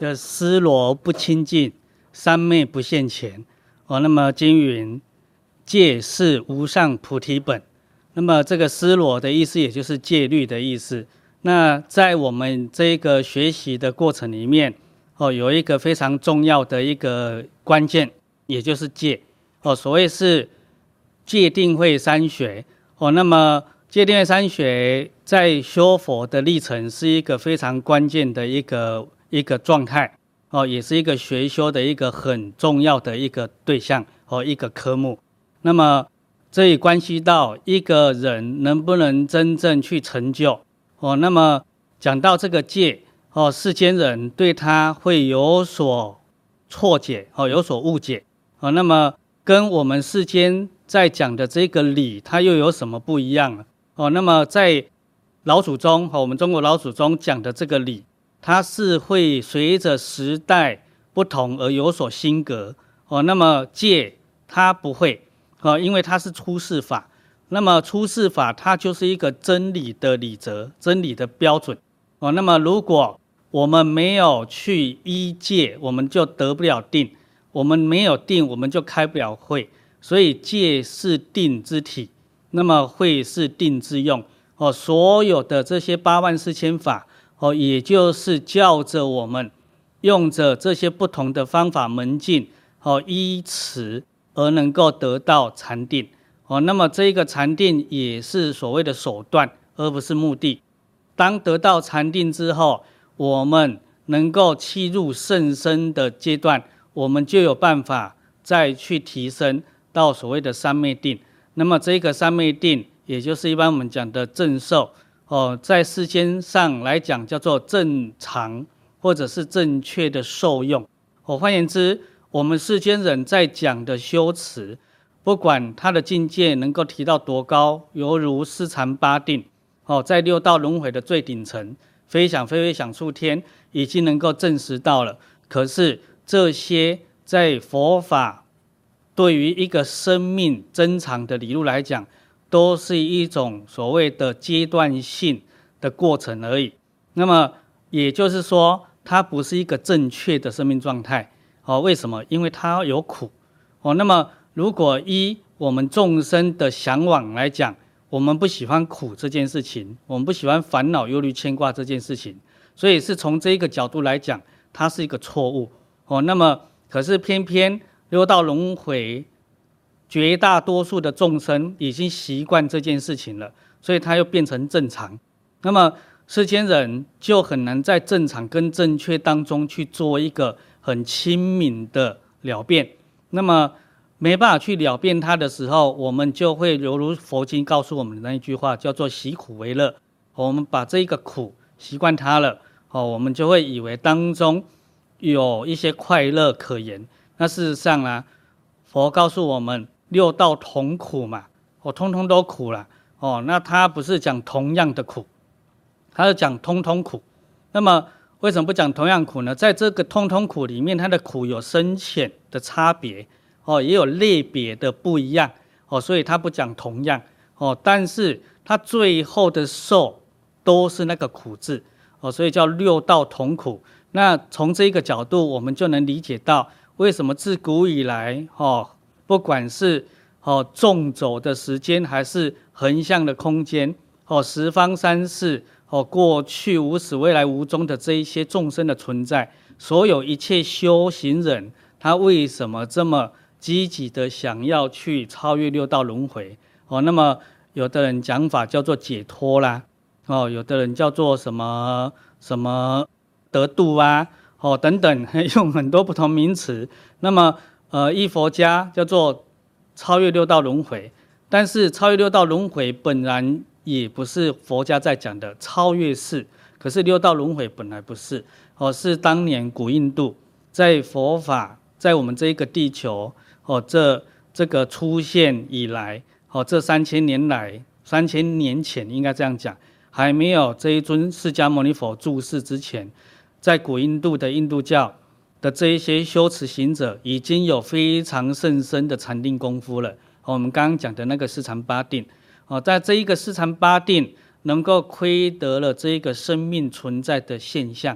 就丝罗不清净，三昧不现前。那么经云戒是无上菩提本。那么这个丝罗的意思也就是戒律的意思。那在我们这个学习的过程里面，有一个非常重要的一个关键，也就是戒。所谓是戒定慧三学。那么戒定慧三学在修佛的历程是一个非常关键的一个状态，也是一个学修的一个很重要的一个对象，一个科目。那么这也关系到一个人能不能真正去成就。那么讲到这个戒，世间人对他会有所错解，有所误解。那么跟我们世间在讲的这个理，它又有什么不一样呢？那么在老祖宗，我们中国老祖宗讲的这个理，它是会随着时代不同而有所新格。那么戒它不会，因为它是出世法。那么出世法它就是一个真理的理则，真理的标准。那么如果我们没有去依戒，我们就得不了定；我们没有定，我们就开不了慧。所以戒是定之体，那么慧是定之用。所有的这些84000法，也就是教着我们用着这些不同的方法门径，依此而能够得到禅定。那么这个禅定也是所谓的手段，而不是目的。当得到禅定之后，我们能够契入甚深的阶段，我们就有办法再去提升到所谓的三昧定。那么这个三昧定，也就是一般我们讲的正受，在世间上来讲叫做正常或者是正确的受用。换言之，我们世间人在讲的修持，不管他的境界能够提到多高，犹如四禅八定，在六道轮回的最顶层，非想非非想处天已经能够证实到了。可是这些在佛法对于一个生命增长的理路来讲，都是一种所谓的阶段性的过程而已。那么也就是说，它不是一个正确的生命状态。为什么？因为它有苦。那么如果依我们众生的向往来讲，我们不喜欢苦这件事情，我们不喜欢烦恼忧虑牵挂这件事情，所以是从这一个角度来讲，它是一个错误。那么可是偏偏六道轮回绝大多数的众生已经习惯这件事情了，所以它又变成正常。那么世间人就很难在正常跟正确当中去做一个很亲民的了辨。那么没办法去了辨它的时候，我们就会犹如佛经告诉我们的那一句话，叫做习苦为乐。我们把这个苦习惯它了，我们就会以为当中有一些快乐可言。那事实上呢，佛告诉我们六道同苦嘛，通通都苦了。那他不是讲同样的苦，他是讲通通苦。那么为什么不讲同样苦呢？在这个通通苦里面，它的苦有深浅的差别，也有类别的不一样，所以它不讲同样，但是它最后的受都是那个苦字，所以叫六道同苦。那从这个角度，我们就能理解到为什么自古以来，不管是纵走的时间，还是横向的空间，十方三世，过去无始未来无终的这一些众生的存在，所有一切修行人，他为什么这么积极的想要去超越六道轮回？那么有的人讲法叫做解脱啦，有的人叫做什么什么得度啊，等等，用很多不同名词。那么依佛家叫做超越六道轮回，但是超越六道轮回本然也不是佛家在讲的，超越是，可是六道轮回本来不是，是当年古印度在佛法在我们这一个地球，这个出现以来，这3000年来，3000年前应该这样讲，还没有这一尊释迦牟尼佛住世之前，在古印度的印度教的这一些修持行者已经有非常甚深的禅定功夫了。我们刚刚讲的那个四禅八定，在这一个四禅八定能够窥得了这一个生命存在的现象，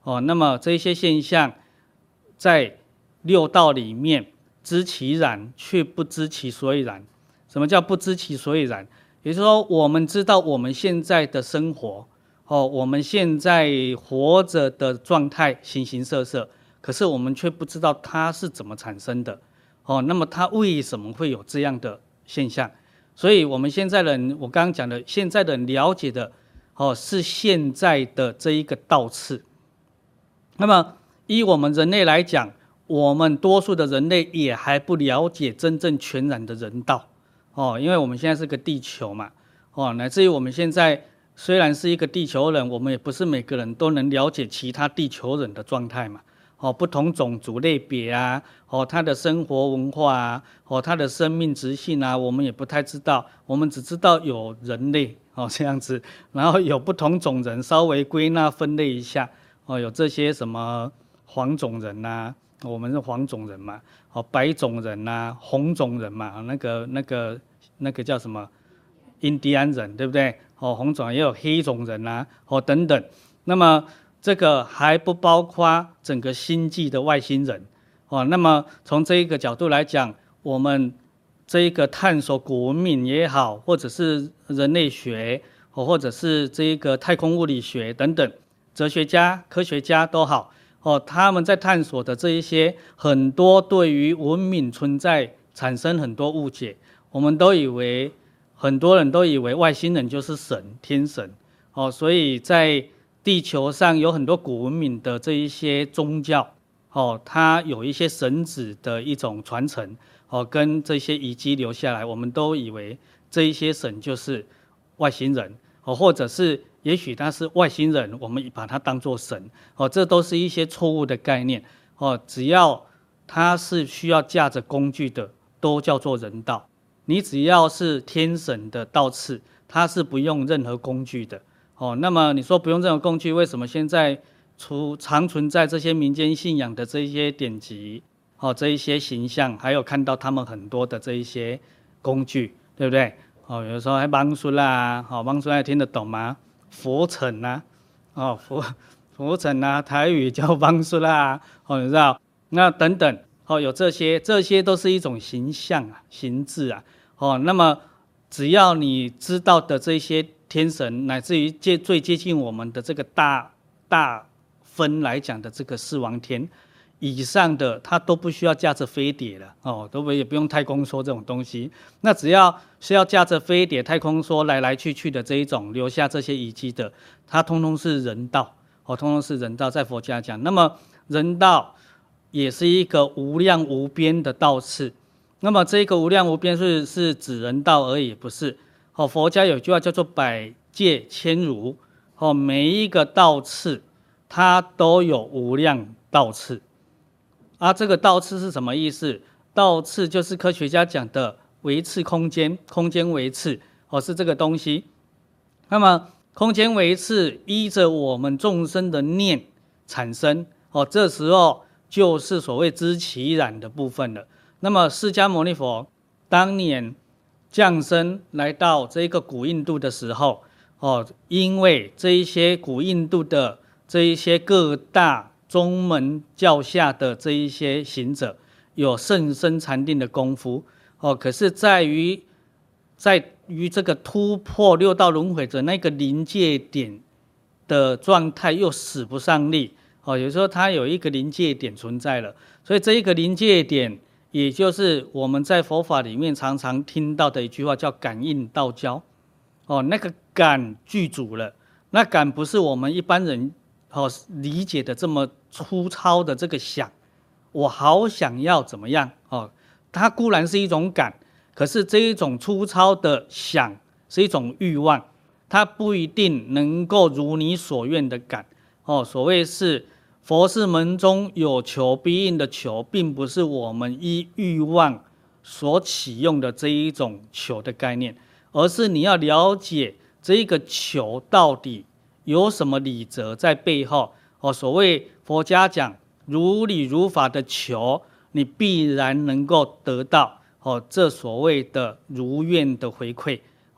那么这些现象在六道里面知其然，却不知其所以然。什么叫不知其所以然？也就是说，我们知道我们现在的生活，我们现在活着的状态形形色色，可是我们却不知道它是怎么产生的。那么它为什么会有这样的现象？所以我们现在人，我刚刚讲的，现在的人了解的，是现在的这一个道次。那么以我们人类来讲，我们多数的人类也还不了解真正全然的人道。因为我们现在是个地球嘛，乃至于我们现在虽然是一个地球人，我们也不是每个人都能了解其他地球人的状态嘛。不同种族类别啊，他的生活文化啊，他的生命直性啊，我们也不太知道，我们只知道有人类这样子，然后有不同种人，稍微归纳分类一下，有这些什么黄种人啊，我们是黄种人嘛，白种人啊，红种人嘛，那个叫什么印第安人，对不对？红种人也有黑种人啊，等等。那么这个还不包括整个星际的外星人。那么从这一个角度来讲，我们这一个探索古文明也好，或者是人类学，或者是这一个太空物理学等等，哲学家、科学家都好，他们在探索的这一些很多对于文明存在产生很多误解。我们都以为，很多人都以为外星人就是神、天神，所以在地球上有很多古文明的这一些宗教，它有一些神旨的一种传承，跟这些遗迹留下来，我们都以为这一些神就是外星人，或者是也许他是外星人，我们把它当作神，这都是一些错误的概念，只要它是需要驾着工具的，都叫做人道。你只要是天神的道次，它是不用任何工具的。那么你说不用任何工具，为什么现在常存在这些民间信仰的这一些典籍，这一些形象，还有看到他们很多的这一些工具，对不对？有时候还帮书啦，帮书还听得懂吗？佛尘啊，佛尘啊，台语叫帮书啦，你知道？那等等。有这些都是一种形象啊、形制啊。那么只要你知道的这些天神，乃至于最接近我们的这个大分来讲的这个四王天以上的，它都不需要驾着飞碟了，也不用太空梭这种东西。那只要是要驾着飞碟、太空梭来去的这一种留下这些遗迹的，它通通是人道，通通是人道，在佛家讲。那么人道也是一个无量无边的道次。那么这个无量无边是指人道而已，不是。佛家有句话叫做百界千如，每一个道次它都有无量道次。这个道次是什么意思？道次就是科学家讲的维次空间，空间维次，是这个东西。那么空间维次依着我们众生的念产生，这时候就是所谓知其然的部分了。那么释迦牟尼佛当年降生来到这个古印度的时候，因为这一些古印度的这一些各大宗门教下的这一些行者有甚深禅定的功夫，可是在于这个突破六道轮回的那个临界点的状态又使不上力，有时候它有一个临界点存在了，所以这一个临界点，也就是我们在佛法里面常常听到的一句话，叫感应道交。那个感具足了，那感不是我们一般人理解的这么粗糙的这个想，我好想要怎么样，它固然是一种感，可是这一种粗糙的想是一种欲望，它不一定能够如你所愿的感。所谓是佛事门中有求必应的求，并不是我们依欲望所启用的这一种求的概念，而是你要了解这一个求到底有什么理则在背后。所谓佛家讲如理如法的求，你必然能够得到这所谓的如愿的回馈。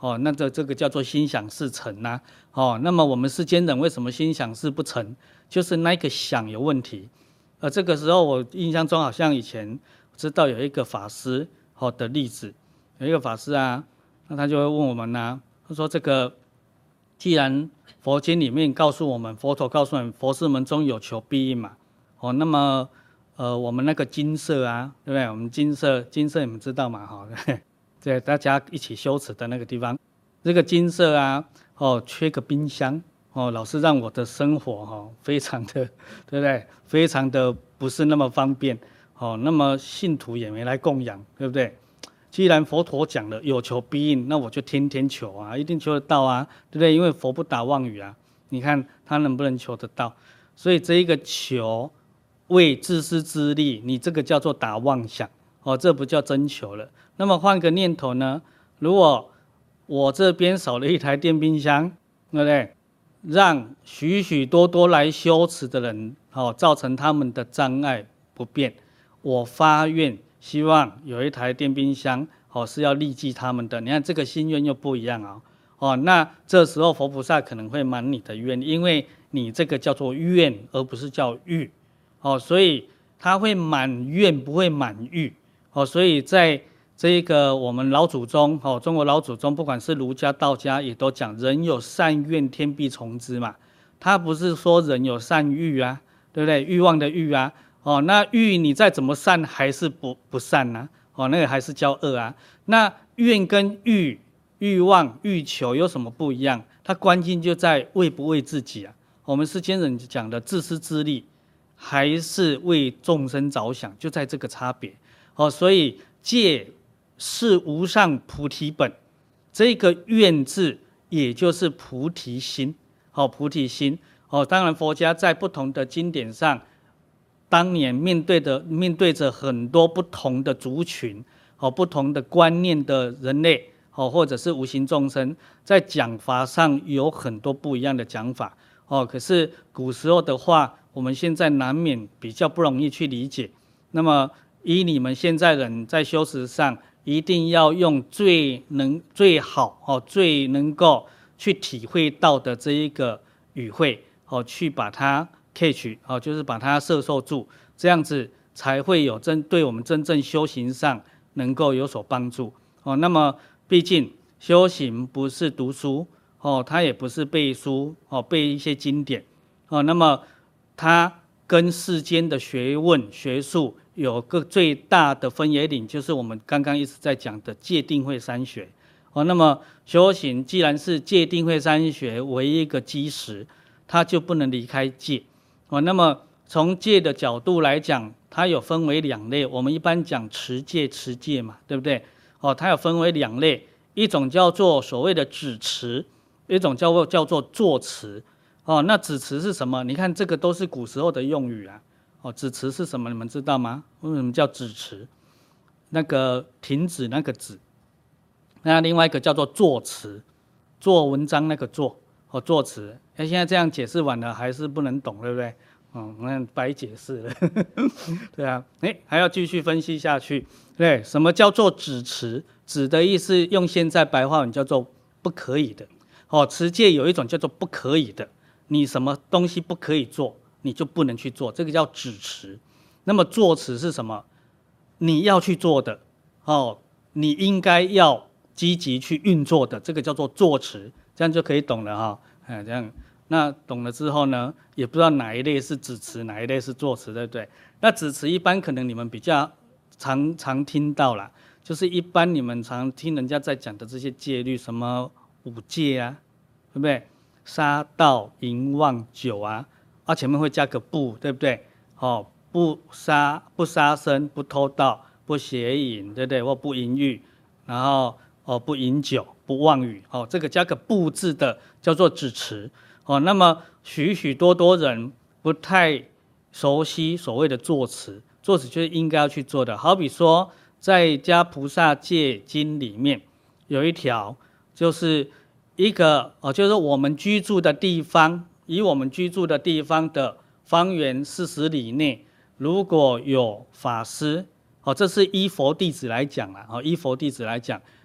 那这个叫做心想事成呐。那么我们世间人为什么心想事不成？就是那个想有问题。这个时候我印象中好像以前知道有一个法师的例子，有一个法师啊，那他就会问我们啊，他说这个既然佛经里面告诉我们，佛陀告诉我们，佛事门中有求必应嘛，那么我们那个金色啊，对不对？我们金色你们知道嘛？对，大家一起修持的那个地方，这个金色啊，缺个冰箱，老是让我的生活非常的，对不对？非常的不是那么方便，那么信徒也没来供养，对不对？既然佛陀讲了有求必应，那我就天天求啊，一定求得到啊，对不对？因为佛不打妄语啊，你看他能不能求得到？所以这一个求为自私自利，你这个叫做打妄想，这不叫真求了。那么换个念头呢？如果我这边少了一台电冰箱，对不对？让许许多多来修持的人，造成他们的障碍不便，我发愿希望有一台电冰箱，是要利济他们的。你看这个心愿又不一样那这时候佛菩萨可能会满你的愿，因为你这个叫做愿，而不是叫欲，所以他会满愿，不会满欲，所以在这个我们老祖宗，中国老祖宗，不管是儒家、道家，也都讲人有善愿，天必从之嘛。他不是说人有善欲啊，对不对？欲望的欲啊，那欲你再怎么善还是不善啊，那个还是叫恶啊。那愿跟欲望、欲求有什么不一样？它关键就在为不为自己啊。我们世间人讲的自私自利，还是为众生着想，就在这个差别。所以戒是无上菩提本，这个愿字也就是菩提心，菩提心。当然佛家在不同的经典上，当年面对着很多不同的族群，不同的观念的人类，或者是无形众生，在讲法上有很多不一样的讲法。可是古时候的话，我们现在难免比较不容易去理解。那么以你们现在人在修持上，一定要用最好最能够去体会到的这一个语汇，去把它 catch， 就是把它摄受住，这样子才会有对我们真正修行上能够有所帮助。那么毕竟修行不是读书，它也不是背书，背一些经典，那么它跟世间的学问学术有个最大的分野岭，就是我们刚刚一直在讲的戒定慧三学。那么修行既然是戒定慧三学为一个基石，它就不能离开戒。那么从戒的角度来讲，它有分为两类，我们一般讲持戒嘛，对不对？它有分为两类，一种叫做所谓的止持，一种叫做坐持。那止持是什么？你看这个都是古时候的用语啊。止持是什么？你们知道吗？为什么叫止持？那个停止那个止。那另外一个叫做坐持，做文章那个坐，坐持。现在这样解释完了，还是不能懂，对不对？那白解释了。对啊，还要继续分析下去。对，什么叫做止持？止的意思用现在白话文叫做不可以的。持戒有一种叫做不可以的，你什么东西不可以做，你就不能去做，这个叫止持。那么坐持是什么？你要去做的，你应该要积极去运作的，这个叫做坐持，这样就可以懂了这样，那懂了之后呢，也不知道哪一类是止持，哪一类是坐持，对不对？那止持一般可能你们比较常听到啦，就是一般你们常听人家在讲的这些戒律，什么五戒啊，对不对？杀盗淫妄酒啊，前面会加个不，对不对？不杀生，不偷盗，不邪淫，对不对？或不淫欲，然后不饮酒，不妄语，这个加个不字的叫做止持。那么许多人不太熟悉所谓的坐持，坐持就是应该要去做的。好比说在《家菩萨戒经》里面有一条，就是一个就是我们居住的地方，以我们居住的地方的方圆40里内，如果有法师，这是依佛弟子来讲啦，依佛弟子来讲，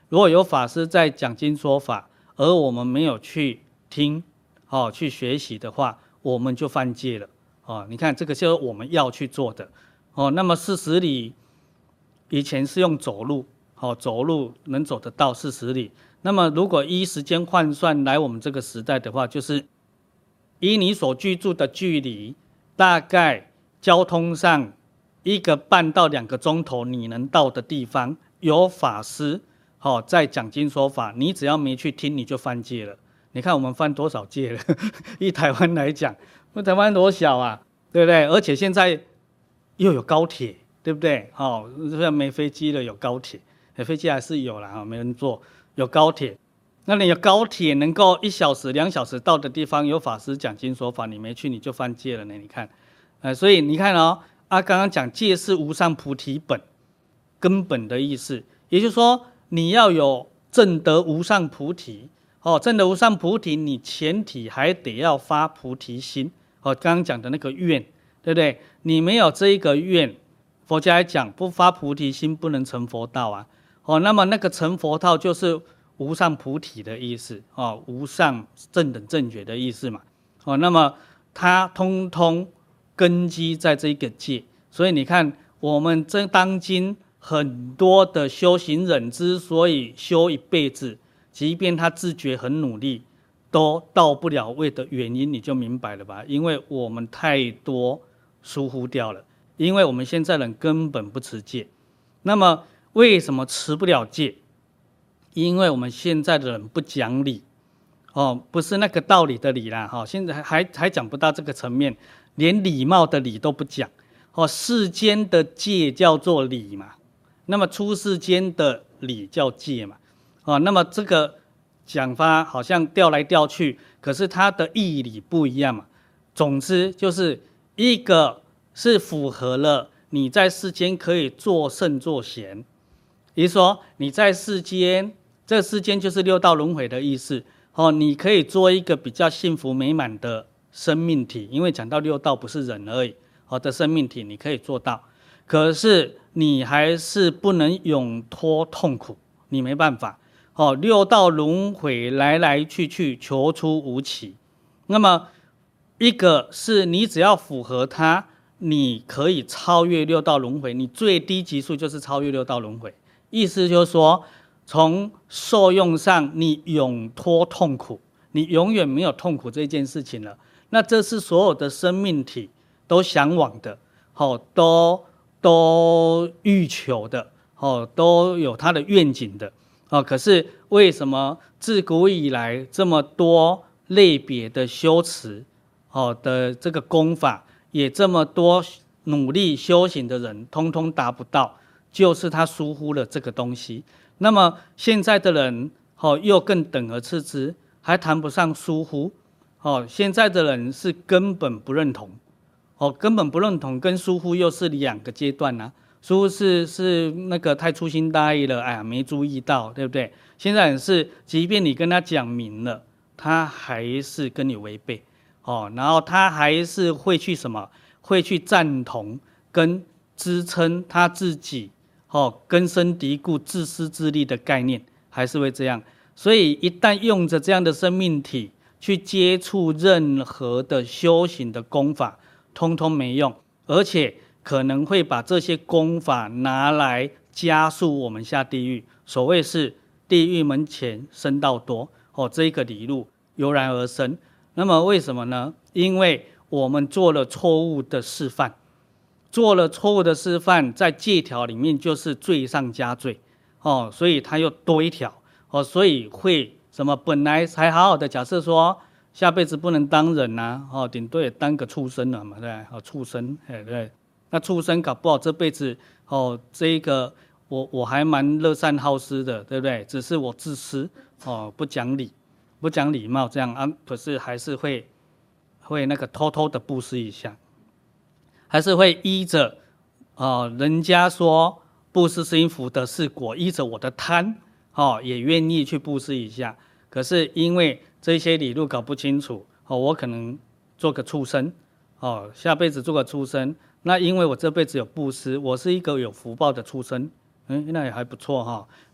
如果有法师在讲经说法，而我们没有去听，去学习的话，我们就犯戒了。你看这个就是我们要去做的。那么40里以前是用走路，走路能走得到40里。那么如果依时间换算来我们这个时代的话，就是以你所居住的距离，大概交通上1个半到2个钟头你能到的地方，有法师在讲经说法，你只要没去听，你就犯戒了。你看我们犯多少戒了？以台湾来讲，台湾多小啊，对不对？而且现在又有高铁，对不对？虽然没飞机了，有高铁，飞机还是有啦，没人坐，有高铁。那你有高铁能够1小时、2小时到的地方，有法师讲经说法，你没去，你就犯戒了呢。你看，所以你看刚刚讲戒是无上菩提本，根本的意思，也就是说你要有证得无上菩提。证得无上菩提，你前提还得要发菩提心。刚刚讲的那个愿，对不对？你没有这一个愿，佛家来讲不发菩提心不能成佛道啊。那么那个成佛道就是无上菩提的意思，无上正等正觉的意思嘛。那么它通通根基在这个戒。所以你看我们当今很多的修行人之所以修一辈子，即便他自觉很努力，都到不了位的原因，你就明白了吧？因为我们太多疏忽掉了，因为我们现在人根本不持戒。那么为什么持不了戒？因为我们现在的人不讲理，不是那个道理的理啦，现在还讲不到这个层面，连礼貌的礼都不讲。世间的戒叫做礼嘛，那么出世间的礼叫戒嘛。那么这个讲法好像调来调去，可是它的义理不一样嘛。总之就是一个是符合了你在世间可以做圣做贤，也就是说你在世间，这世间就是6道轮回的意思。你可以做一个比较幸福美满的生命体，因为讲到6道不是人而已，的生命体你可以做到，可是你还是不能永脱痛苦，你没办法。6道轮回来来去去，求出无期。那么一个是你只要符合它，你可以超越6道轮回，你最低级数就是超越6道轮回。意思就是说，从受用上你永脱痛苦，你永远没有痛苦这件事情了。那这是所有的生命体都向往的，都欲求的，都有它的愿景的。可是为什么自古以来这么多类别的修持的这个功法，也这么多努力修行的人通通达不到，就是他疏忽了这个东西。那么现在的人又更等而次之，还谈不上疏忽。现在的人是根本不认同，根本不认同跟疏忽又是2个阶段啊。疏忽是那个太粗心大意了，没注意到，对不对？现在人是，即便你跟他讲明了，他还是跟你违背，然后他还是会去什么？会去赞同跟支撑他自己，根深蒂固、自私自利的概念，还是会这样。所以一旦用着这样的生命体去接触任何的修行的功法，通通没用，而且可能会把这些功法拿来加速我们下地狱。所谓是地狱门前僧道多，这一个理路油然而生。那么为什么呢？因为我们做了错误的示范，在戒条里面就是罪上加罪，所以他又多一条，所以会什么？本来才好好的，假设说下辈子不能当人啊，顶多也当个畜生了嘛，对，畜生，对。那畜生搞不好这辈子这个我还蛮乐善好施的，对不对？只是我自私不讲礼貌这样啊，可是还是会那个偷偷的布施一下，还是会依着人家说布施是因福德是果，依着我的贪也愿意去布施一下。可是因为这些理路搞不清楚，我可能做个畜生，下辈子做个畜生。那因为我这辈子有布施，我是一个有福报的畜生，那也还不错哈。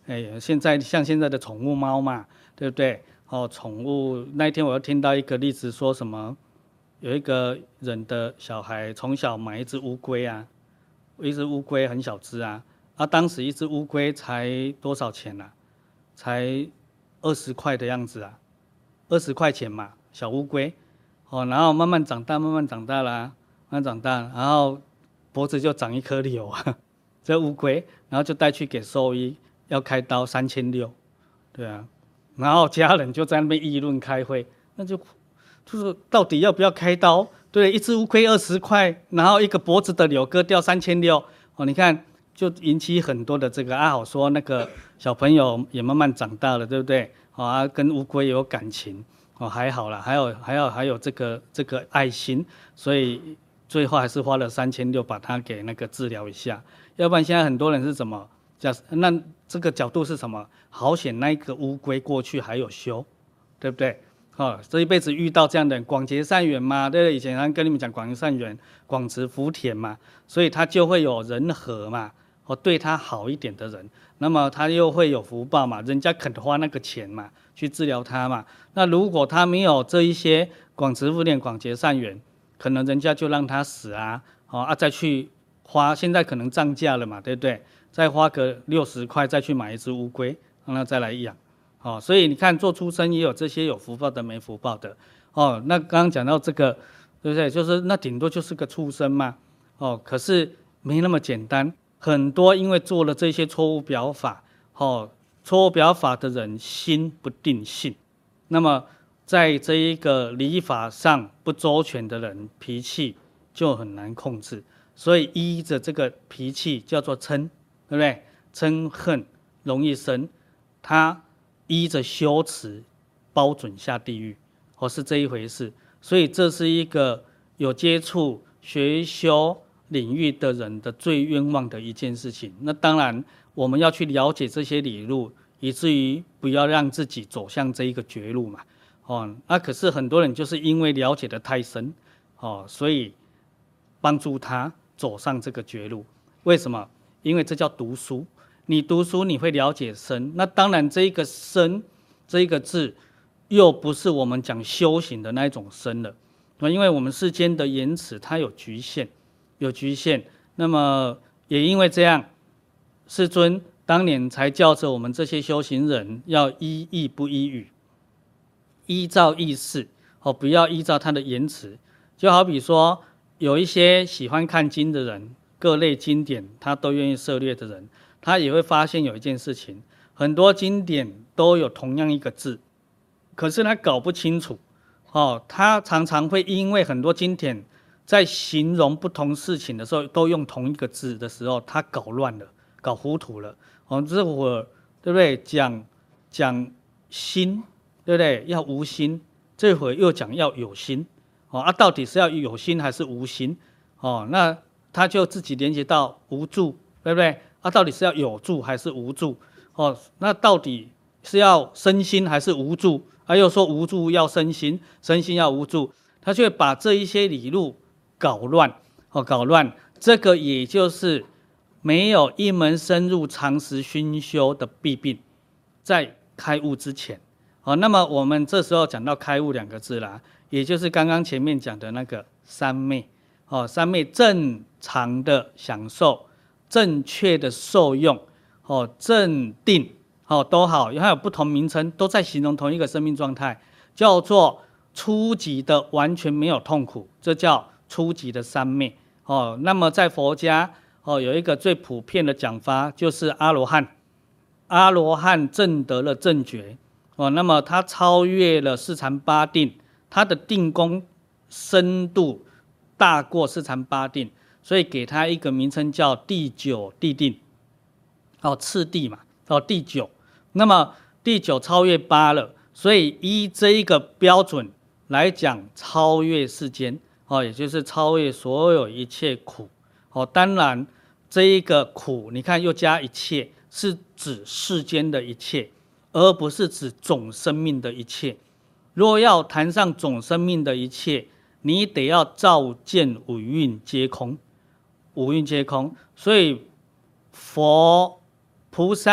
现在像现在的宠物猫嘛，对不对？宠物那一天我又听到一个例子，说什么有一个人的小孩从小买一只乌龟啊，一只乌龟很小只啊，当时一只乌龟才多少钱啊？才20块的样子啊，20块钱嘛，小乌龟，然后慢慢长大，慢慢长大啦，慢慢长大，然后脖子就长一颗瘤啊，这乌龟，然后就带去给兽医，要开刀3600，对啊，然后家人就在那边议论开会，那就是到底要不要开刀？对，一只乌龟20块，然后一个脖子的瘤割掉3600，你看就引起很多的这个好说那个小朋友也慢慢长大了，对不对？跟乌龟有感情，还好啦，还有这个爱心，所以最后还是花了3600把它给那个治疗一下，要不然现在很多人是怎么那这个角度是什么？好险那一个乌龟过去还有修，对不对？这一辈子遇到这样的人，广结善缘嘛，对不对？以前跟你们讲广结善缘，广植福田嘛，所以他就会有人和嘛，对他好一点的人，那么他又会有福报嘛，人家肯花那个钱嘛，去治疗他嘛。那如果他没有这一些广植福田、广结善缘，可能人家就让他死啊，再去花，现在可能涨价了嘛，对不对？再花个60块再去买一只乌龟，让他再来养。所以你看做出生也有这些有福报的没福报的。那刚刚讲到这个，对不对？就是那顶多就是个畜生嘛。可是没那么简单，很多因为做了这些错误表法，错误表法的人心不定性，那么在这一个理法上不周全的人，脾气就很难控制。所以依着这个脾气叫做嗔，对不对？嗔恨容易生，他依着修持包准下地狱，是这一回事。所以这是一个有接触学修领域的人的最冤枉的一件事情。那当然我们要去了解这些理路，以至于不要让自己走向这一个绝路嘛。可是很多人就是因为了解的太深，所以帮助他走上这个绝路。为什么？因为这叫读书。你读书你会了解深，那当然这一个深这一个字又不是我们讲修行的那一种深了，因为我们世间的言辞它有局限，那么也因为这样，世尊当年才叫着我们这些修行人要依义不依语，依照意识，不要依照他的言辞。就好比说有一些喜欢看经的人，各类经典他都愿意涉猎的人，他也会发现有一件事情，很多经典都有同样一个字，可是他搞不清楚，他常常会因为很多经典在形容不同事情的时候都用同一个字的时候，他搞乱了，搞糊涂了。这会儿对不对？讲心，对不对？要无心，这会儿又讲要有心，到底是要有心还是无心？那他就自己连接到无助，对不对？到底是要有助还是无助？那到底是要身心还是无助？又说无助要身心，身心要无助，他就会把这一些理路搞乱，这个也就是没有一门深入常识熏修的弊病，在开悟之前。那么我们这时候讲到开悟两个字啦，也就是刚刚前面讲的那个三昧。三昧正常的享受，正确的受用，正定，都好，它有不同名称，都在形容同一个生命状态，叫做初级的完全没有痛苦，这叫初级的三昧。那么在佛家有一个最普遍的讲法，就是阿罗汉。阿罗汉证得了正觉，那么他超越了四禅八定，他的定功深度大过四禅八定，所以给他一个名称叫第九地定，次第嘛，第九。那么第九超越八了，所以依这一个标准来讲，超越世间，也就是超越所有一切苦。当然这一个苦，你看又加一切，是指世间的一切，而不是指总生命的一切。若要谈上总生命的一切，你得要照见五蕴皆空，五蕴皆空。所以佛菩萨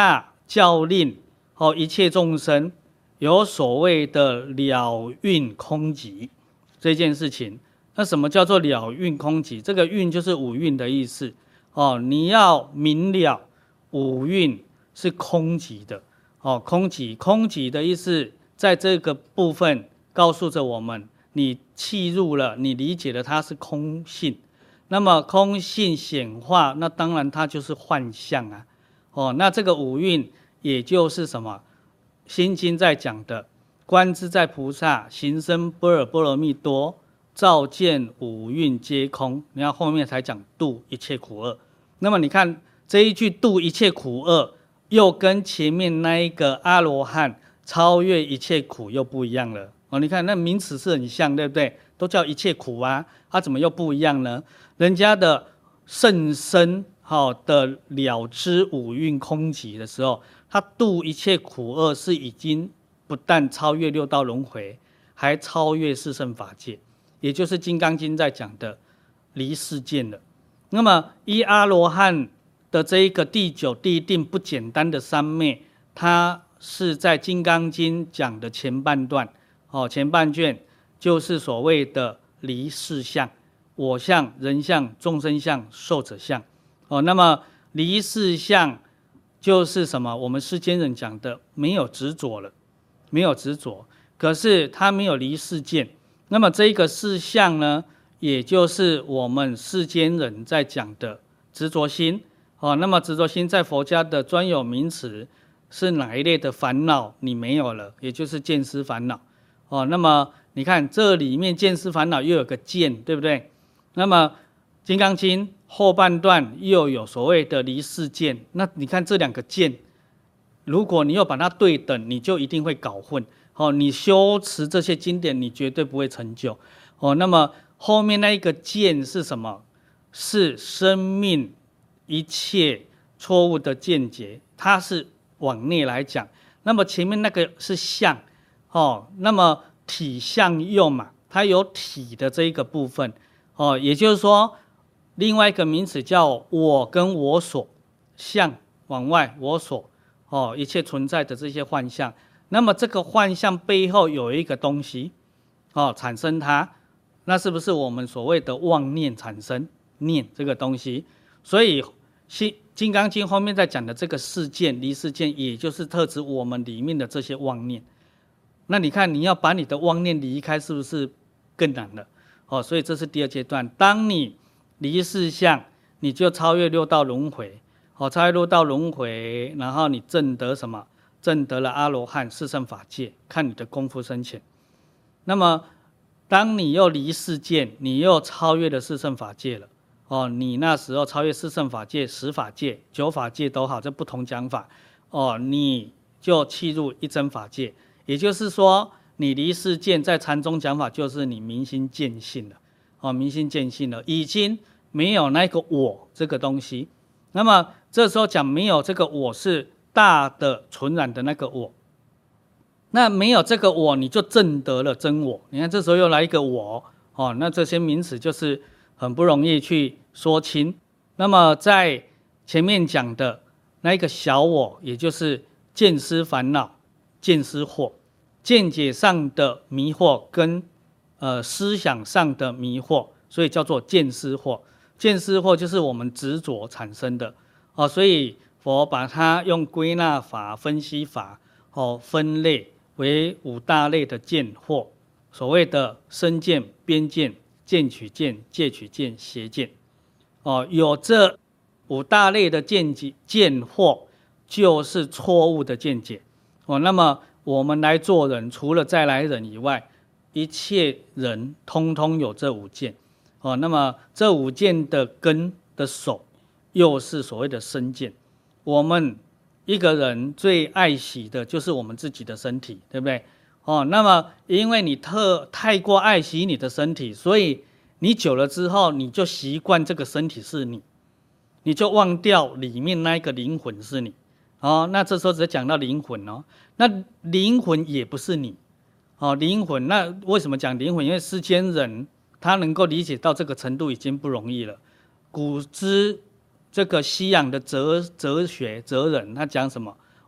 教令一切众生有所谓的了运空寂这件事情。那什么叫做了运空寂？这个运就是五蕴的意思你要明了五蕴是空寂的空寂的意思，在这个部分告诉着我们，你契入了，你理解了它是空性，那么空性显化，那当然它就是幻象啊那这个五蕴也就是什么？心经在讲的观自在菩萨行深般若波罗蜜多，照见五蕴皆空。你看后面才讲度一切苦厄。那么你看这一句度一切苦厄，又跟前面那一个阿罗汉超越一切苦又不一样了你看那名词是很像，对不对？都叫一切苦啊，怎么又不一样呢？人家的甚深的了知五蕴空寂的时候，他度一切苦厄是已经不但超越六道轮回，还超越四圣法界，也就是《金刚经》在讲的离世间了。那么依阿罗汉的这一个第九地定不简单的三昧，它是在《金刚经》讲的前半段前半卷就是所谓的离世相、我相、人相、众生相、寿者相那么离世相就是什么？我们世间人讲的没有执着了，没有执着，可是他没有离世间。那么这一个世相呢，也就是我们世间人在讲的执着心那么执着心在佛家的专有名词是哪一类的烦恼你没有了，也就是见思烦恼那么你看这里面见思烦恼又有个见，对不对？那么金刚经后半段又有所谓的离世见，那你看这两个见，如果你又把它对等，你就一定会搞混你修持这些经典你绝对不会成就那么后面那一个见是什么？是生命一切错误的见解，它是往内来讲。那么前面那个是相那么体相用嘛，它有体的这一个部分也就是说另外一个名词叫我跟我所，相往外，我所一切存在的这些幻象。那么这个幻象背后有一个东西产生它，那是不是我们所谓的妄念产生念这个东西？所以金刚经后面在讲的这个世见离世见，也就是特指我们里面的这些妄念。那你看你要把你的妄念离开，是不是更难了所以这是第二阶段。当你离世相，你就超越六道轮回超越六道轮回，然后你证得什么？证得了阿罗汉四圣法界，看你的功夫深浅。那么当你又离世见，你又超越了四圣法界了你那时候超越四圣法界、十法界、九法界都好，这不同讲法你就契入一真法界。也就是说你离世见在禅宗讲法就是你明心见性了明心见性了，已经没有那个我这个东西。那么这时候讲没有这个我是大的纯然的那个我，那没有这个我你就证得了真我。你看这时候又来一个我那这些名词就是很不容易去说清。那么在前面讲的那一个小我，也就是见思烦恼、见思惑，见解上的迷惑跟思想上的迷惑，所以叫做见思惑。见思惑就是我们执着产生的所以佛把它用归纳法、分析法分类为五大类的见惑，所谓的身见、边见、见取见、戒取见、邪见有这五大类的见惑，就是错误的见解那么我们来做人，除了再来人以外，一切人通通有这五见那么这五见的根的手又是所谓的身见。我们一个人最爱惜的就是我们自己的身体，对不对那么因为你太过爱惜你的身体，所以你久了之后你就习惯这个身体是你，你就忘掉里面那一个灵魂是你那这时候只讲到灵魂那灵魂也不是你灵魂，那为什么讲灵魂？因为世间人他能够理解到这个程度已经不容易了。古之这个西洋的哲学哲人他讲什么？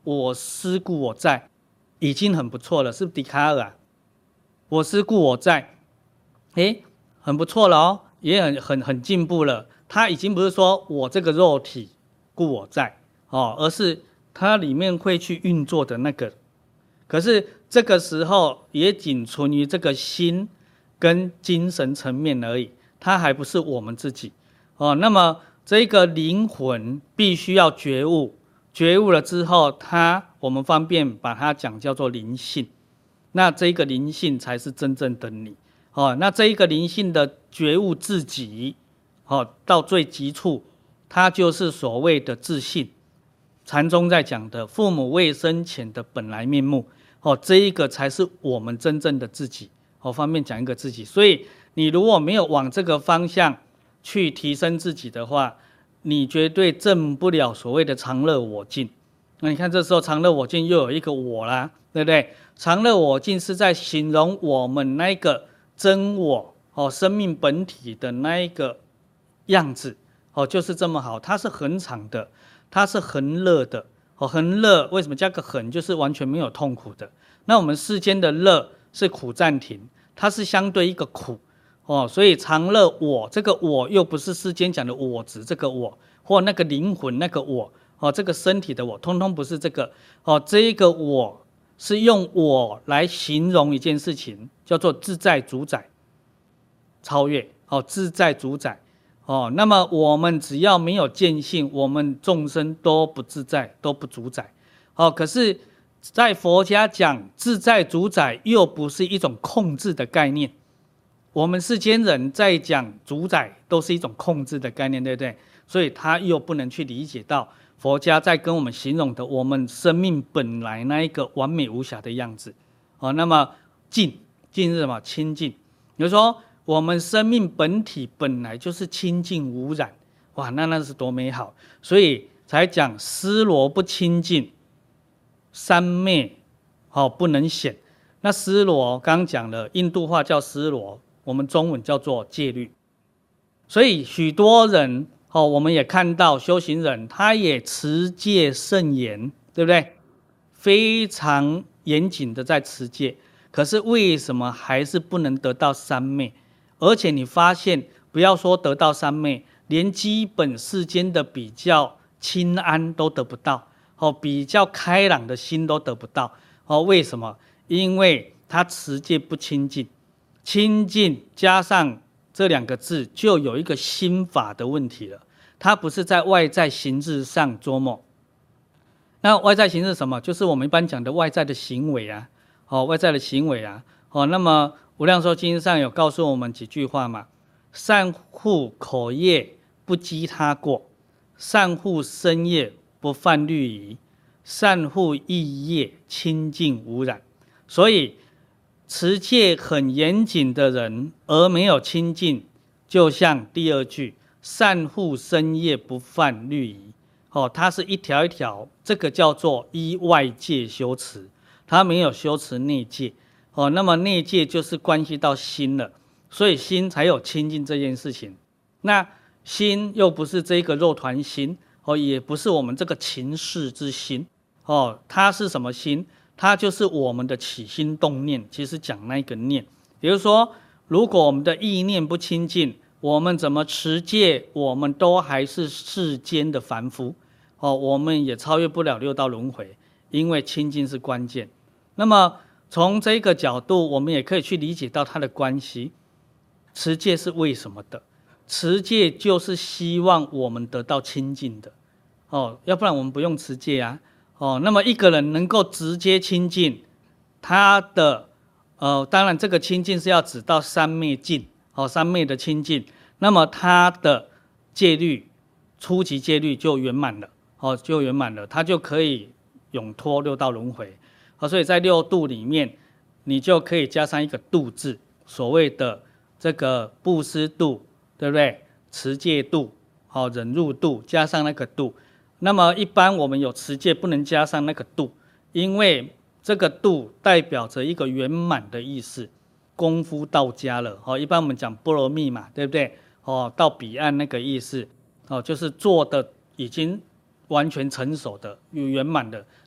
我思故我在，已经很不错了，是不是笛卡尔啊？我思故我在，很不错了哦，也很进步了。他已经不是说我这个肉体故我在哦，而是它里面会去运作的那个。可是这个时候也仅存于这个心跟精神层面而已，它还不是我们自己哦。那么这个灵魂必须要觉悟，觉悟了之后，我们方便把它讲叫做灵性。那这个灵性才是真正的你哦。那这一个灵性的觉悟自己哦，到最极处，它就是所谓的自信。禅宗在讲的父母未生前的本来面目哦，这一个才是我们真正的自己哦。方便讲一个自己，所以你如果没有往这个方向去提升自己的话，你绝对证不了所谓的常乐我净。那你看这时候常乐我净又有一个我啦，对不对？常乐我净是在形容我们那个真我哦，生命本体的那一个样子哦，就是这么好，它是恒常的，它是恒乐的哦，恒乐为什么加个恒？就是完全没有痛苦的。那我们世间的乐是苦暂停，它是相对一个苦哦，所以常乐我这个我又不是世间讲的我执这个我，或那个灵魂那个我哦，这个身体的我，通通不是这个哦，这一个我是用我来形容一件事情，叫做自在主宰、超越哦，自在主宰哦。那么我们只要没有见性，我们众生都不自在，都不主宰哦。可是，在佛家讲自在主宰，又不是一种控制的概念。我们世间人在讲主宰，都是一种控制的概念，对不对？所以他又不能去理解到佛家在跟我们形容的我们生命本来那一个完美无瑕的样子哦。那么净是什么？清净。比如说我们生命本体本来就是清净无染，哇，那是多美好！所以才讲尸罗不清净，三昧不能显。那尸罗刚刚讲了，印度话叫尸罗，我们中文叫做戒律。所以许多人我们也看到修行人，他也持戒甚严，对不对？非常严谨的在持戒，可是为什么还是不能得到三昧？而且你发现，不要说得到三昧，连基本世间的比较清安都得不到比较开朗的心都得不到为什么？因为他持戒不清净，清净加上这两个字就有一个心法的问题了，它不是在外在形式上琢磨。那外在形式什么？就是我们一般讲的外在的行为啊，外在的行为啊，那么无量寿经上有告诉我们几句话嘛：善护口业，不讥他过；善护身业，不犯律仪；善护意业，清净无染。所以持戒很严谨的人而没有清净，就像第二句善护身业不犯律仪它是一条一条，这个叫做依外界修持，他没有修持内界那么内界就是关系到心了，所以心才有清净这件事情。那心又不是这个肉团心也不是我们这个情事之心它是什么心？它就是我们的起心动念，其实讲那个念。比如说，如果我们的意念不清净，我们怎么持戒，我们都还是世间的凡夫我们也超越不了六道轮回，因为清净是关键。那么从这个角度，我们也可以去理解到它的关系。持戒是为什么的？持戒就是希望我们得到清净的要不然我们不用持戒啊那么一个人能够直接清净，他的当然这个清净是要指到三昧净三昧的清净，那么他的戒律初级戒律就圆满了他就可以永脱六道轮回所以在六度里面，你就可以加上一个度字，所谓的这个布施度，对不对？持戒度忍辱度，加上那个度。那么一般我们有持戒不能加上那个度，因为这个度代表着一个圆满的意思，功夫到家了一般我们讲般若蜜嘛，对不对到彼岸那个意思就是做的已经完全成熟的有圆满的，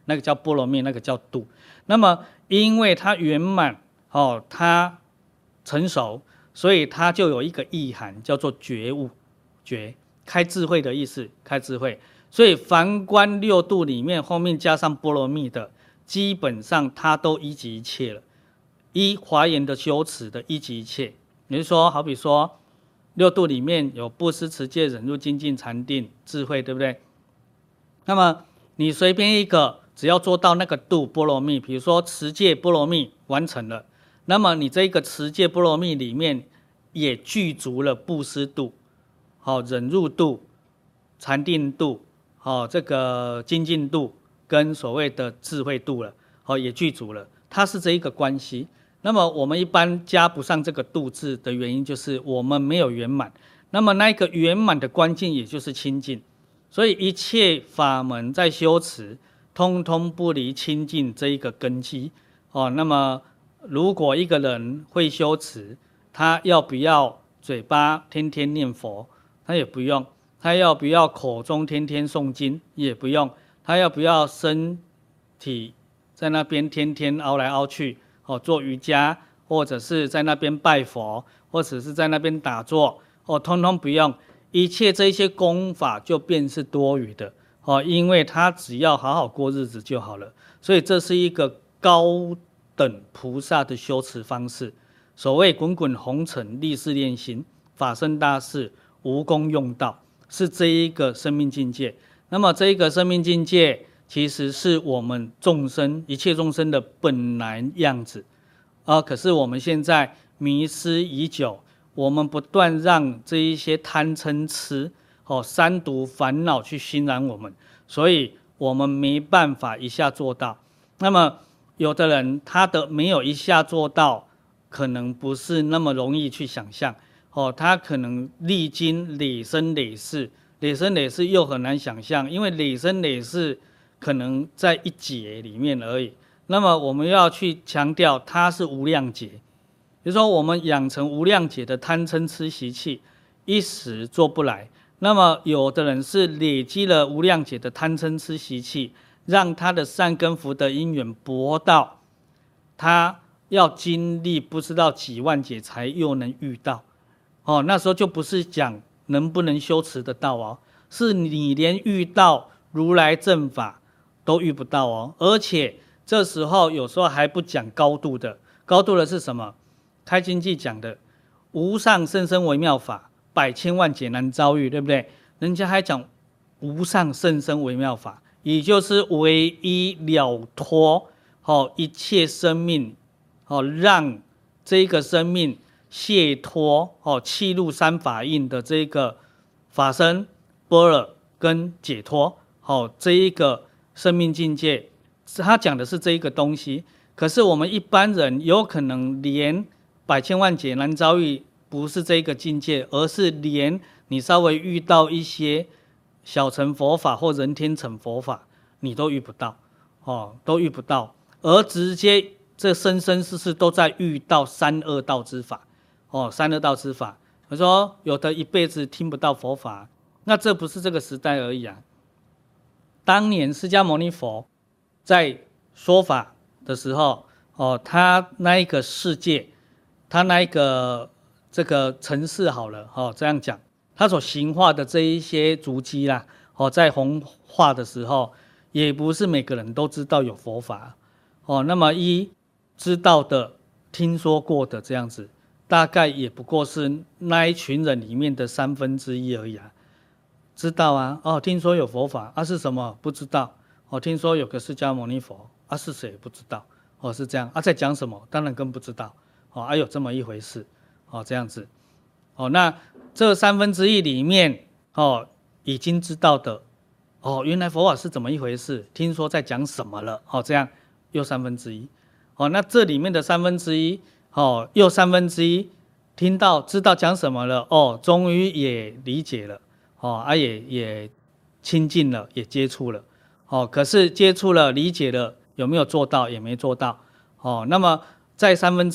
那个叫波罗蜜，那个叫度。那么因为它圆满哦，它成熟，所以它就有一个意涵，叫做觉悟，觉开智慧的意思，开智慧。所以凡观六度里面后面加上波罗蜜的，基本上它都一即一切了。依华严的修持的一即一切，也就是说，好比说六度里面有布施、持戒、忍辱、精进、禅定、智慧，对不对？那么你随便一个，只要做到那个度波罗蜜，比如说持戒波罗蜜完成了，那么你这一个持戒波罗蜜里面也具足了布施度、忍辱度、禅定度、这个精进度跟所谓的智慧度了，也具足了，它是这一个关系。那么我们一般加不上这个度字的原因，就是我们没有圆满。那么那一个圆满的关键，也就是清净。所以一切法门在修持，通通不离清净这一个根基。那么如果一个人会修持，他要不要嘴巴天天念佛？他也不用。他要不要口中天天诵经？也不用。他要不要身体在那边天天凹来凹去？做瑜伽，或者是在那边拜佛，或者是在那边打坐，通通不用，一切这些功法就便是多余的，因为他只要好好过日子就好了。所以这是一个高等菩萨的修持方式。所谓滚滚红尘，历世练心，法身大事，无功用道，是这一个生命境界。那么这一个生命境界，其实是我们众生一切众生的本来样子，可是我们现在迷失已久，我们不断让这一些贪嗔痴三毒烦恼去熏染我们，所以我们没办法一下做到。那么有的人他的没有一下做到，可能不是那么容易去想象，他可能历经累生累世，累生累世又很难想象，因为累生累世可能在一劫里面而已。那么我们要去强调它是无量劫，比如说我们养成无量劫的贪嗔痴习气，一时做不来。那么有的人是累积了无量劫的贪嗔痴习气，让他的善根福德因缘薄到他要经历不知道几万劫才又能遇到，那时候就不是讲能不能修持得到是你连遇到如来正法都遇不到而且这时候有时候还不讲高度的，高度的是什么？开经记讲的无上甚深微妙法，百千万劫难遭遇，对不对？人家还讲无上甚深微妙法，也就是唯一了脱一切生命，让这个生命解脱契入三法印的这个法身般若跟解脱这一个生命境界，他讲的是这一个东西。可是我们一般人有可能连百千万劫难遭遇不是这个境界，而是连你稍微遇到一些小乘佛法或人天乘佛法，你都遇不到都遇不到，而直接这生生世世都在遇到三恶道之法三恶道之法。我说有的一辈子听不到佛法，那这不是这个时代而已啊。当年释迦牟尼佛在说法的时候他那一个世界，他那一个这个城市好了这样讲，他所行化的这一些足迹啦在弘化的时候，也不是每个人都知道有佛法那么一知道的听说过的这样子，大概也不过是那一群人里面的1/3而已啊。知道啊听说有佛法是什么不知道听说有个释迦牟尼佛是谁不知道是这样在讲什么当然更不知道有这么一回事这样子那这1/3里面已经知道的原来佛法是怎么一回事，听说在讲什么了这样又1/3那这里面的1/3又1/3听到知道讲什么了终于也理解了也亲近了，也接触了可是接触了理解了，有没有做到？也没做到那么在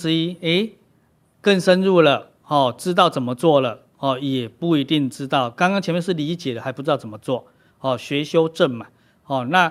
1/3更深入了知道怎么做了也不一定知道。刚刚前面是理解了还不知道怎么做学修正嘛那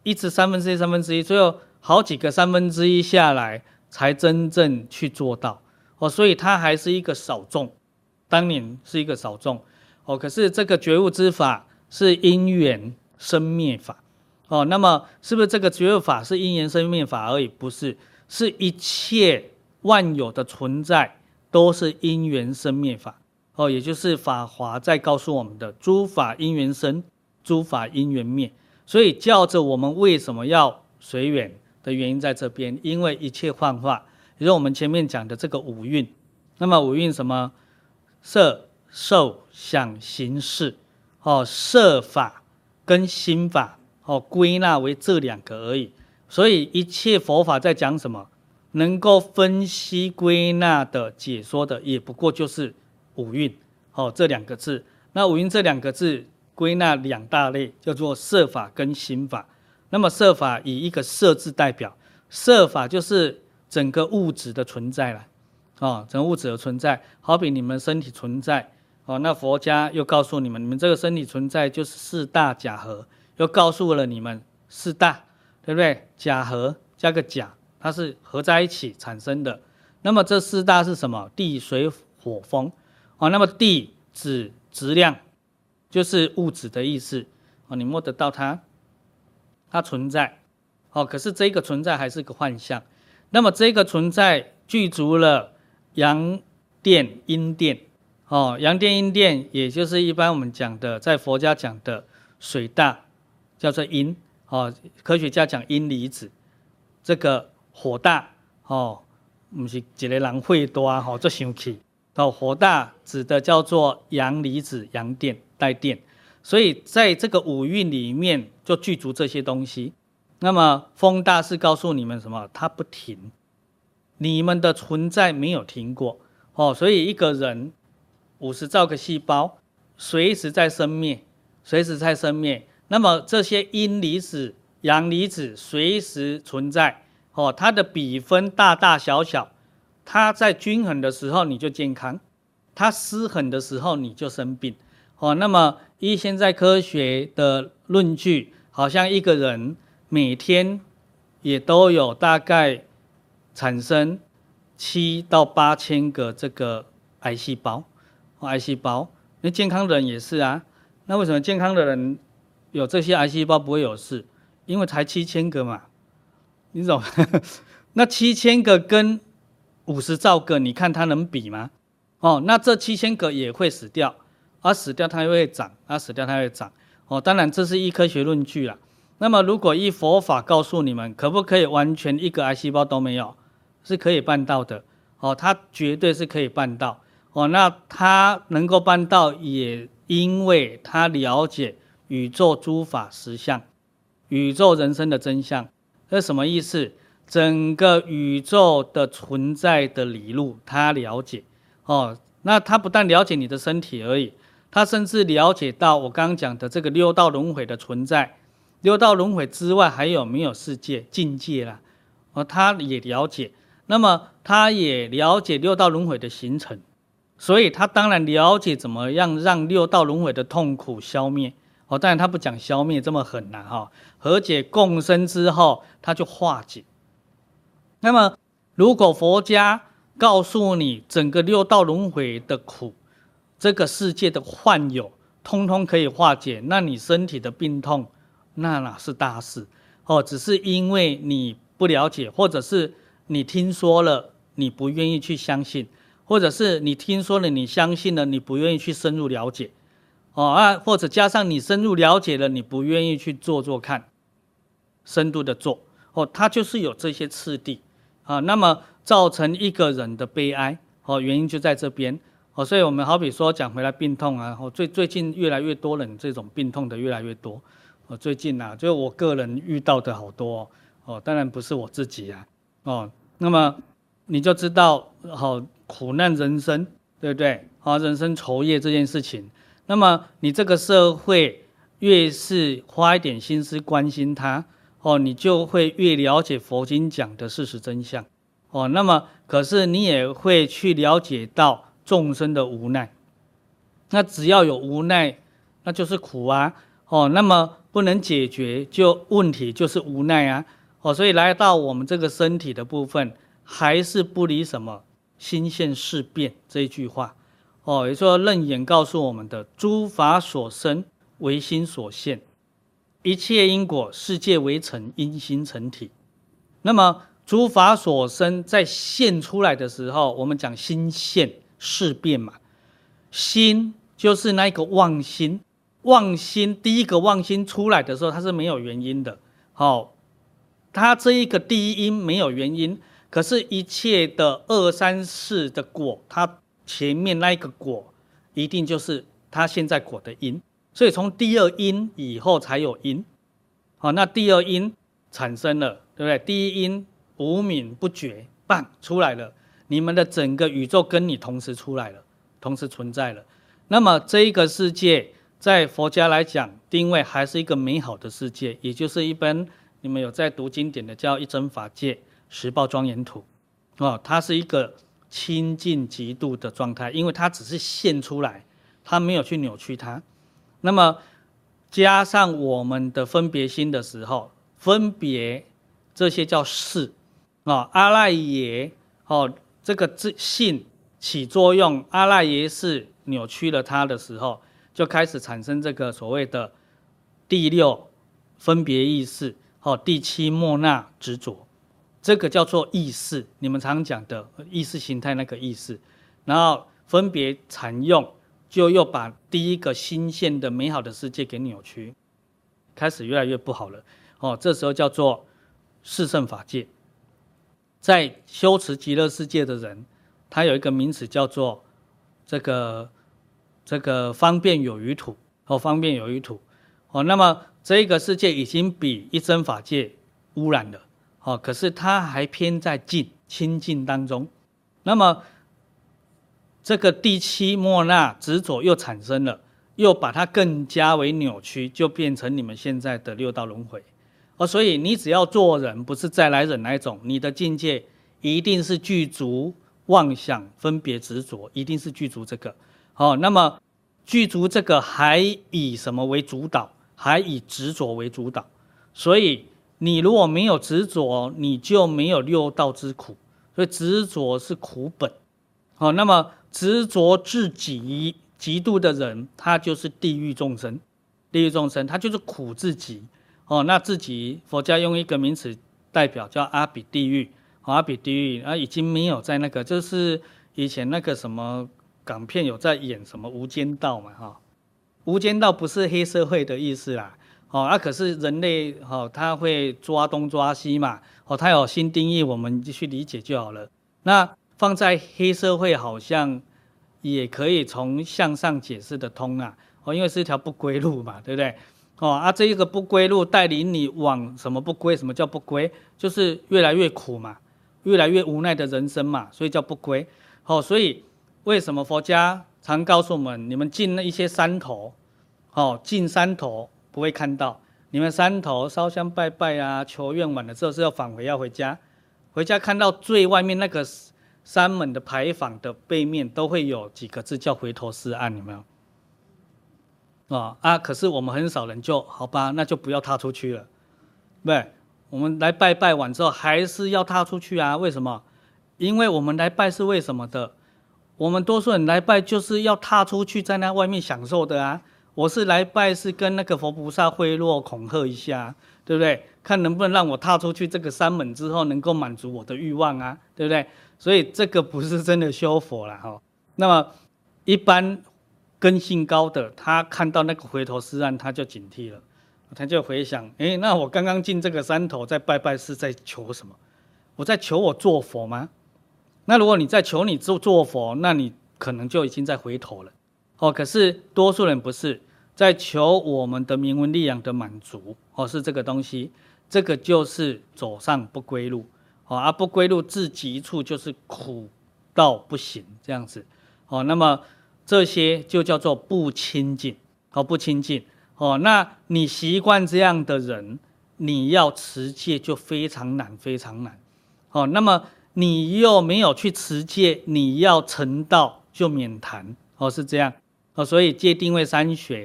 一直1/3，最后好几个1/3下来，才真正去做到所以它还是一个少众，当年是一个少众可是这个觉悟之法是因缘生灭法那么是不是这个觉悟法是因缘生灭法而已？不是，是一切万有的存在都是因缘生灭法也就是法华在告诉我们的诸法因缘生，诸法因缘灭。所以叫着我们为什么要随缘的原因在这边，因为一切幻化，也就是我们前面讲的这个五蕴。那么五蕴什么？色受想行识色法跟心法归纳为这2个而已。所以一切佛法在讲什么？能够分析归纳的解说的也不过就是五蕴这2个字。那五蕴这2个字归纳2大类，叫做色法跟心法。那么色法以一个色字代表，色法就是整个物质的存在了整个物质的存在，好比你们身体存在那佛家又告诉你们，你们这个身体存在就是4大假合，又告诉了你们4大，对不对？假合加个假，它是合在一起产生的。那么这4大是什么？地水火风那么地指质量，就是物质的意思你摸得到它，它存在可是这个存在还是个幻象。那么这个存在具足了阳电阴电阳电阴电，也就是一般我们讲的，在佛家讲的水大叫做阴科学家讲阴离子。这个火大不是一个人会大这生气火大指的叫做阳离子，阳电带电。所以在这个五蕴里面就具足这些东西。那么风大是告诉你们什么？它不停，你们的存在没有停过所以一个人50兆个细胞随时在生灭，随时在生灭。那么这些阴离子阳离子随时存在它的比分大大小小，它在均衡的时候你就健康，它失衡的时候你就生病那么依现在科学的论据，好像一个人每天也都有大概产生7到8千个这个癌细胞癌细胞。那健康的人也是啊，那为什么健康的人有这些癌细胞不会有事？因为才7000个嘛，你懂那7000个跟50兆个，你看它能比吗那这7000个也会死掉，死掉它又会长，死掉它会长当然这是依科学论据啦。那么如果依佛法告诉你们，可不可以完全一个癌细胞都没有？是可以办到的它绝对是可以办到那它能够办到，也因为它了解宇宙诸法实相，宇宙人生的真相。这是什么意思？整个宇宙的存在的理路它了解那它不但了解你的身体而已，它甚至了解到我刚刚讲的这个六道轮回的存在。六道轮回之外还有没有世界境界啦它也了解。那么它也了解六道轮回的形成，所以它当然了解怎么样让六道轮回的痛苦消灭当然它不讲消灭这么狠啦和解共生之后它就化解。那么如果佛家告诉你整个六道轮回的苦，这个世界的幻有通通可以化解，那你身体的病痛那哪是大事只是因为你不了解，或者是你听说了你不愿意去相信，或者是你听说了你相信了你不愿意去深入了解或者加上你深入了解了你不愿意去做做看，深度的做它就是有这些次第那么造成一个人的悲哀原因就在这边所以我们好比说讲回来病痛最近越来越多人这种病痛的越来越多最近就我个人遇到的好多当然不是我自己那么你就知道苦难人生，对不对人生愁业这件事情，那么你这个社会越是花一点心思关心它你就会越了解佛经讲的事实真相那么可是你也会去了解到众生的无奈，那只要有无奈那就是苦那么不能解决，就问题就是无奈啊，所以来到我们这个身体的部分，还是不离什么心现事变这一句话，也就是说楞严告诉我们的，诸法所生唯心所现，一切因果世界为成，因心成体。那么诸法所生在现出来的时候，我们讲心现事变嘛，心就是那个妄心，妄心第一个妄心出来的时候，它是没有原因的，它这一个第一因没有原因，可是一切的2、3、4的果，它前面那一个果一定就是它现在果的因，所以从第二因以后才有因，那第二因产生了，对不对？第一因无明不觉，棒出来了，你们的整个宇宙跟你同时出来了，同时存在了。那么这一个世界在佛家来讲定位还是一个美好的世界，也就是一般你们有在读经典的叫一真法界十报庄严土，它是一个清净极度的状态，因为它只是现出来，它没有去扭曲它。那么加上我们的分别心的时候，分别这些叫识，阿赖耶，这个性起作用，阿赖耶识扭曲了它的时候，就开始产生这个所谓的第6分别意识，第7末那执着，这个叫做意识，你们常讲的意识形态那个意识，然后分别缠用，就又把第一个新现的美好的世界给扭曲，开始越来越不好了，这时候叫做四圣法界。在修持极乐世界的人，他有一个名词叫做这个方便有余土，方便有余土，那么这个世界已经比一真法界污染了，可是它还偏在清净当中，那么这个第7末那执着又产生了，又把它更加为扭曲，就变成你们现在的6道轮回。所以你只要做人，不是再来忍那一种，你的境界一定是具足妄想分别执着，一定是具足这个。那么具足这个还以什么为主导？还以执着为主导。所以你如果没有执着，你就没有6道之苦。所以执着是苦本。那么执着至极度的人，他就是地狱众生。地狱众生他就是苦至极。那自己佛家用一个名词代表叫阿比地狱，阿比地狱已经没有在那个，就是以前那个什么港片有在演什么无间道嘛，无间道不是黑社会的意思啦，可是人类他会抓东抓西嘛，他有新定义，我们就去理解就好了。那放在黑社会好像也可以从向上解释得通啦，因为是一条不归路嘛，对不对？这一个不归路带领你往什么不归？什么叫不归？就是越来越苦嘛，越来越无奈的人生嘛，所以叫不归。所以为什么佛家常告诉我们，你们进那一些山头，进山头不会看到，你们山头烧香拜拜啊，求愿完了之后是要返回，要回家，回家看到最外面那个山门的牌坊的背面都会有几个字叫回头是岸，有没有？可是我们很少人就好吧，那就不要踏出去了，对，我们来拜拜完之后还是要踏出去啊？为什么？因为我们来拜是为什么的？我们多数人来拜就是要踏出去，在那外面享受的啊。我是来拜是跟那个佛菩萨贿赂恐吓一下，对不对？看能不能让我踏出去这个山门之后能够满足我的欲望啊，对不对？所以这个不是真的修佛啦。那么一般根性高的，他看到那个回头是岸，他就警惕了，他就回想，那我刚刚进这个山头在拜拜是在求什么？我在求我做佛吗？那如果你在求你做佛，那你可能就已经在回头了。可是多数人不是在求我们的名闻利养的满足，是这个东西，这个就是走上不归路。不归路至极处就是苦到不行这样子。那么这些就叫做不清净，不清净。那你习惯这样的人，你要持戒就非常难，非常难。那么你又没有去持戒，你要成道就免谈。是这样。所以戒定慧三学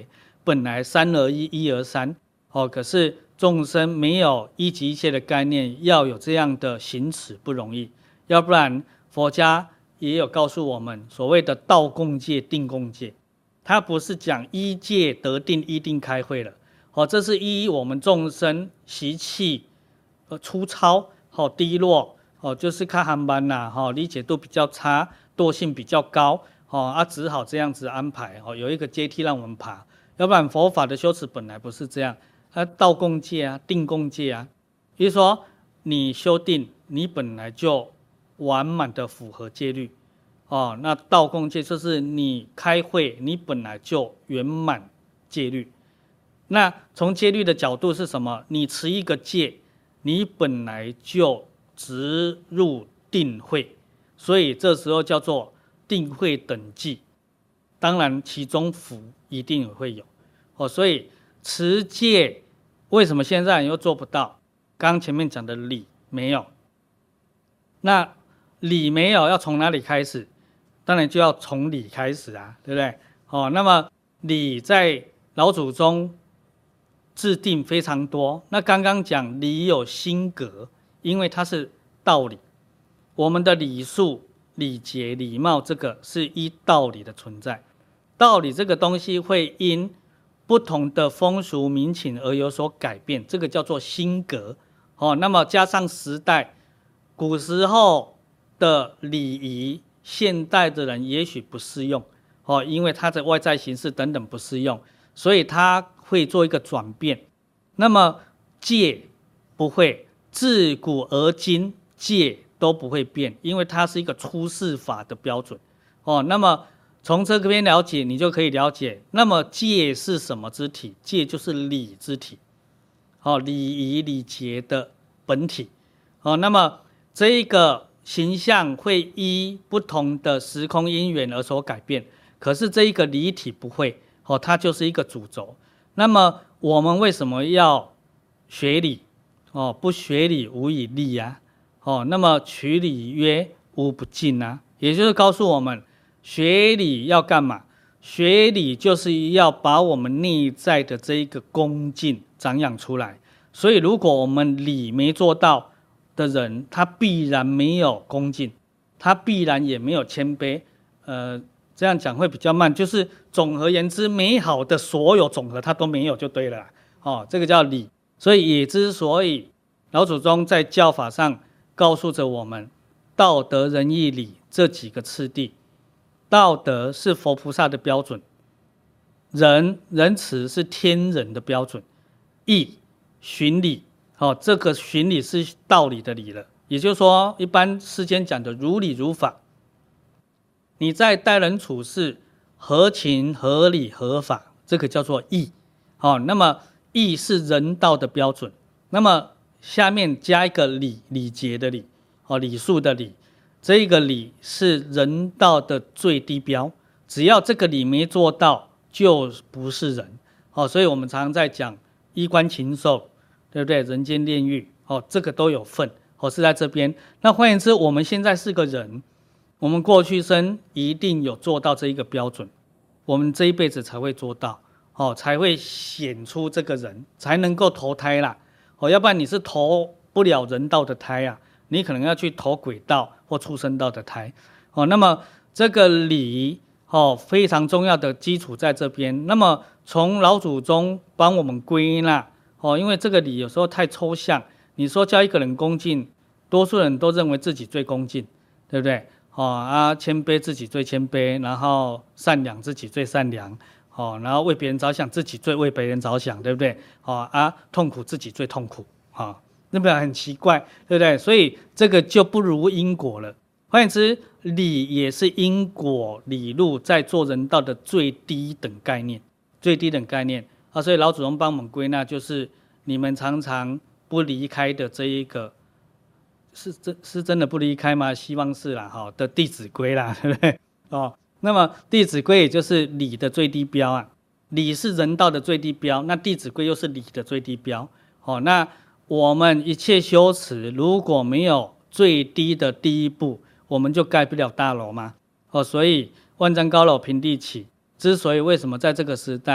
本来三而一，一而三，可是众生没有一即一切的概念，要有这样的行持不容易。要不然佛家也有告诉我们，所谓的道共戒、定共戒，它不是讲依戒得定，一定开会了。这是依我们众生习气粗糙、低落，就是看航班啦，理解度比较差，惰性比较高，只好这样子安排，有一个阶梯让我们爬。要不然佛法的修持本来不是这样，道共戒啊，定共戒啊，也就是说你修定，你本来就完满的符合戒律，那道共戒就是你开会，你本来就圆满戒律。那从戒律的角度是什么？你持一个戒，你本来就直入定慧，所以这时候叫做定慧等记。当然其中福一定也会有，所以持戒为什么现在人又做不到？刚前面讲的理没有，那理没有要从哪里开始？当然就要从理开始啊，对不对？那么理在老祖宗制定非常多。那刚刚讲理有心格，因为它是道理，我们的礼数、礼节、礼貌，这个是依道理的存在。道理这个东西会因不同的风俗民情而有所改变，这个叫做心格。那么加上时代，古时候的礼仪，现代的人也许不适用，因为它的外在形式等等不适用，所以它会做一个转变。那么戒不会，自古而今戒都不会变，因为它是一个出世法的标准。那么从这边了解，你就可以了解，那么戒是什么之体？戒就是礼之体，礼仪礼节的本体。那么这一个形象会依不同的时空因缘而所改变，可是这一个理体不会，它就是一个主轴。那么我们为什么要学理？不学理无以立啊。那么取理曰无不尽啊，也就是告诉我们，学理要干嘛？学理就是要把我们内在的这一个恭敬长养出来。所以如果我们理没做到的人，他必然没有恭敬，他必然也没有谦卑。这样讲会比较慢，就是总而言之，美好的所有总和他都没有就对了。这个叫理。所以也之所以老祖宗在教法上告诉着我们，道德仁义礼这几个次第。道德是佛菩萨的标准，仁慈是天人的标准，义循理，这个循理是道理的理了。也就是说，一般世间讲的如理如法，你在待人处事合情合理合法，这个叫做义。那么义是人道的标准，那么下面加一个礼，礼节的礼，礼数的礼，这个礼是人道的最低标，只要这个礼没做到，就不是人。所以我们常常在讲衣冠禽兽，对不对？人间炼狱，这个都有份，是在这边。那换言之，我们现在是个人，我们过去生一定有做到这一个标准，我们这一辈子才会做到，才会显出这个人，才能够投胎啦。要不然你是投不了人道的胎啊，你可能要去投鬼道或畜生道的胎。那么这个礼非常重要的基础在这边。那么从老祖宗帮我们归纳，因为这个礼有时候太抽象，你说叫一个人恭敬，多数人都认为自己最恭敬，对不对？谦卑自己最谦卑，然后善良自己最善良，然后为别人着想自己最为别人着想，对不对？痛苦自己最痛苦，那不然很奇怪，对不对？所以这个就不如因果了。换言之，理也是因果理路在做人道的最低等概念，最低等概念所以老祖宗帮我们归纳，就是你们常常不离开的这一个，是真的不离开吗？希望是啦，的《弟子规》啦，对不对？那么《弟子规》也就是理的最低标啊，理是人道的最低标，那《弟子规》又是理的最低标。那我们一切修持如果没有最低的第一步，我们就盖不了大楼嘛。所以万丈高楼平地起，之所以为什么在这个时代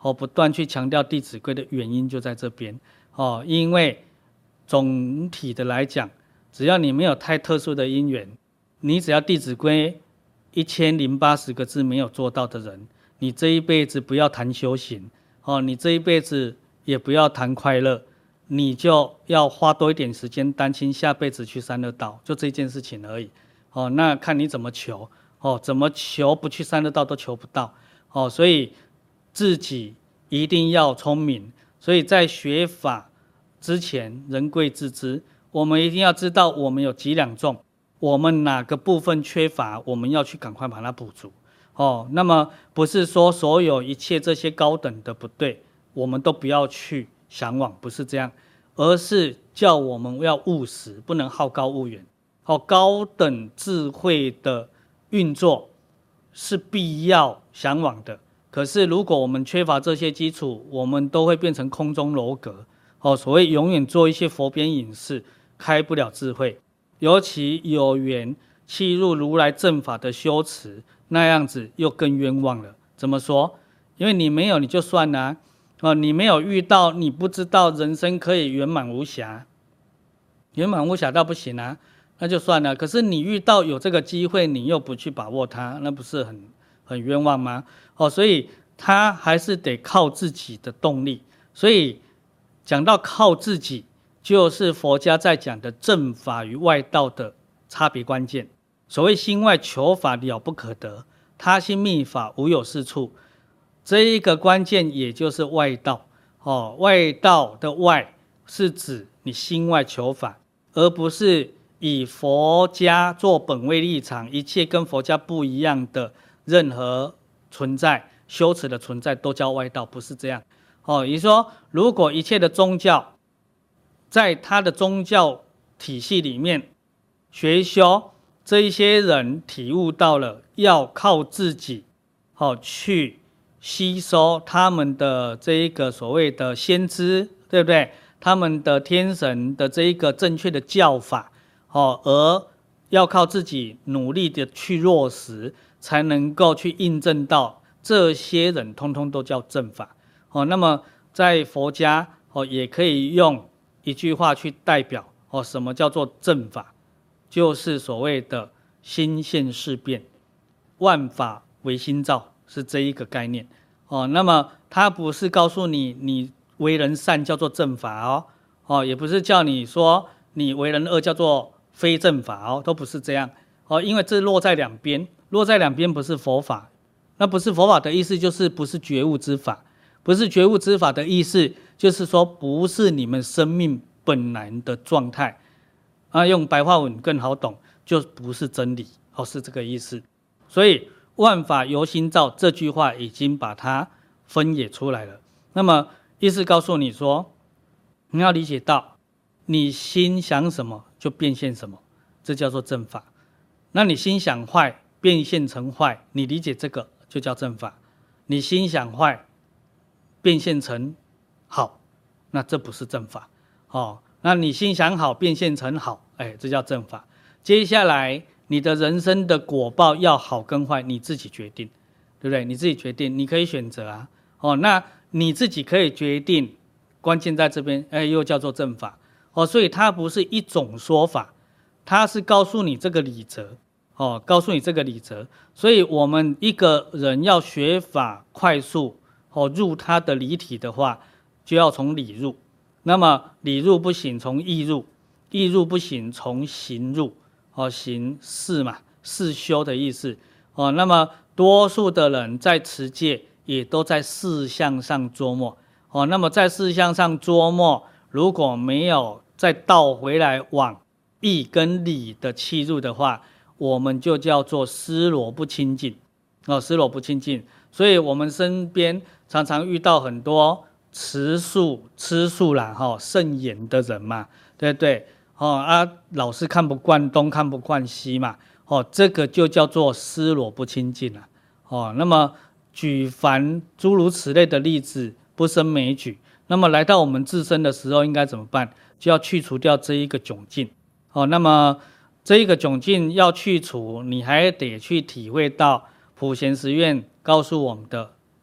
不断去强调《弟子规》的原因就在这边因为总体的来讲，只要你没有太特殊的因缘，你只要《弟子规》1080个字没有做到的人，你这一辈子不要谈修行你这一辈子也不要谈快乐，你就要花多一点时间担心下辈子去三恶道，就这件事情而已那看你怎么求怎么求不去三恶道都求不到所以自己一定要聪明。所以在学法之前，人贵自知，我们一定要知道我们有几两重，我们哪个部分缺乏，我们要去赶快把它补足那么不是说所有一切这些高等的不对，我们都不要去向往，不是这样，而是叫我们要务实，不能好高骛远高等智慧的运作是必要向往的。可是如果我们缺乏这些基础，我们都会变成空中楼阁所谓永远做一些佛边隐士，开不了智慧。尤其有缘契入如来正法的修持，那样子又更冤枉了。怎么说？因为你没有你就算了你没有遇到，你不知道人生可以圆满无瑕，圆满无瑕倒不行那就算了。可是你遇到有这个机会，你又不去把握它，那不是很冤枉吗所以他还是得靠自己的动力。所以讲到靠自己，就是佛家在讲的正法与外道的差别关键。所谓心外求法了不可得，他心密法无有是处，这一个关键也就是外道外道的外是指你心外求法，而不是以佛家做本位立场，一切跟佛家不一样的任何存在，修持的存在都叫外道，不是这样也就是说，如果一切的宗教在他的宗教体系里面学修，这一些人体悟到了要靠自己去吸收他们的这一个所谓的先知，对不对？他们的天神的这一个正确的教法而要靠自己努力的去落实，才能够去印证到这些人通通都叫正法那么在佛家也可以用一句话去代表什么叫做正法，就是所谓的心现事变，万法唯心造，是这一个概念那么它不是告诉你你为人善叫做正法也不是叫你说你为人恶叫做非正法都不是这样因为这落在两边，落在两边不是佛法。那不是佛法的意思就是不是觉悟之法，不是觉悟之法的意思就是说不是你们生命本来的状态用白话文更好懂，就不是真理是这个意思。所以万法由心造这句话已经把它分野出来了。那么意思告诉你说，你要理解到你心想什么就变现什么，这叫做正法。那你心想坏变现成坏，你理解这个就叫正法。你心想坏变现成好，那这不是正法那你心想好变现成好，这叫正法。接下来你的人生的果报要好跟坏你自己决定，对不对？你自己决定，你可以选择那你自己可以决定，关键在这边又叫做正法所以它不是一种说法，它是告诉你这个理则告诉你这个理则。所以我们一个人要学法快速入他的理体的话，就要从理入。那么理入不行，从义入；义入不行，从行入行事嘛，事修的意思那么多数的人在持戒也都在事项上琢磨那么在事项上琢磨，如果没有再倒回来往义跟理的契入的话，我们就叫做思罗不清净思罗不清净。所以我们身边常常遇到很多吃素慎言的人嘛，对不对老是看不惯东看不惯西嘛这个就叫做思罗不清净那么举凡诸如此类的例子不胜枚举。那么来到我们自身的时候应该怎么办？就要去除掉这一个窘境那么这一个窘境要去除，你还得去体会到普贤十愿告诉我们的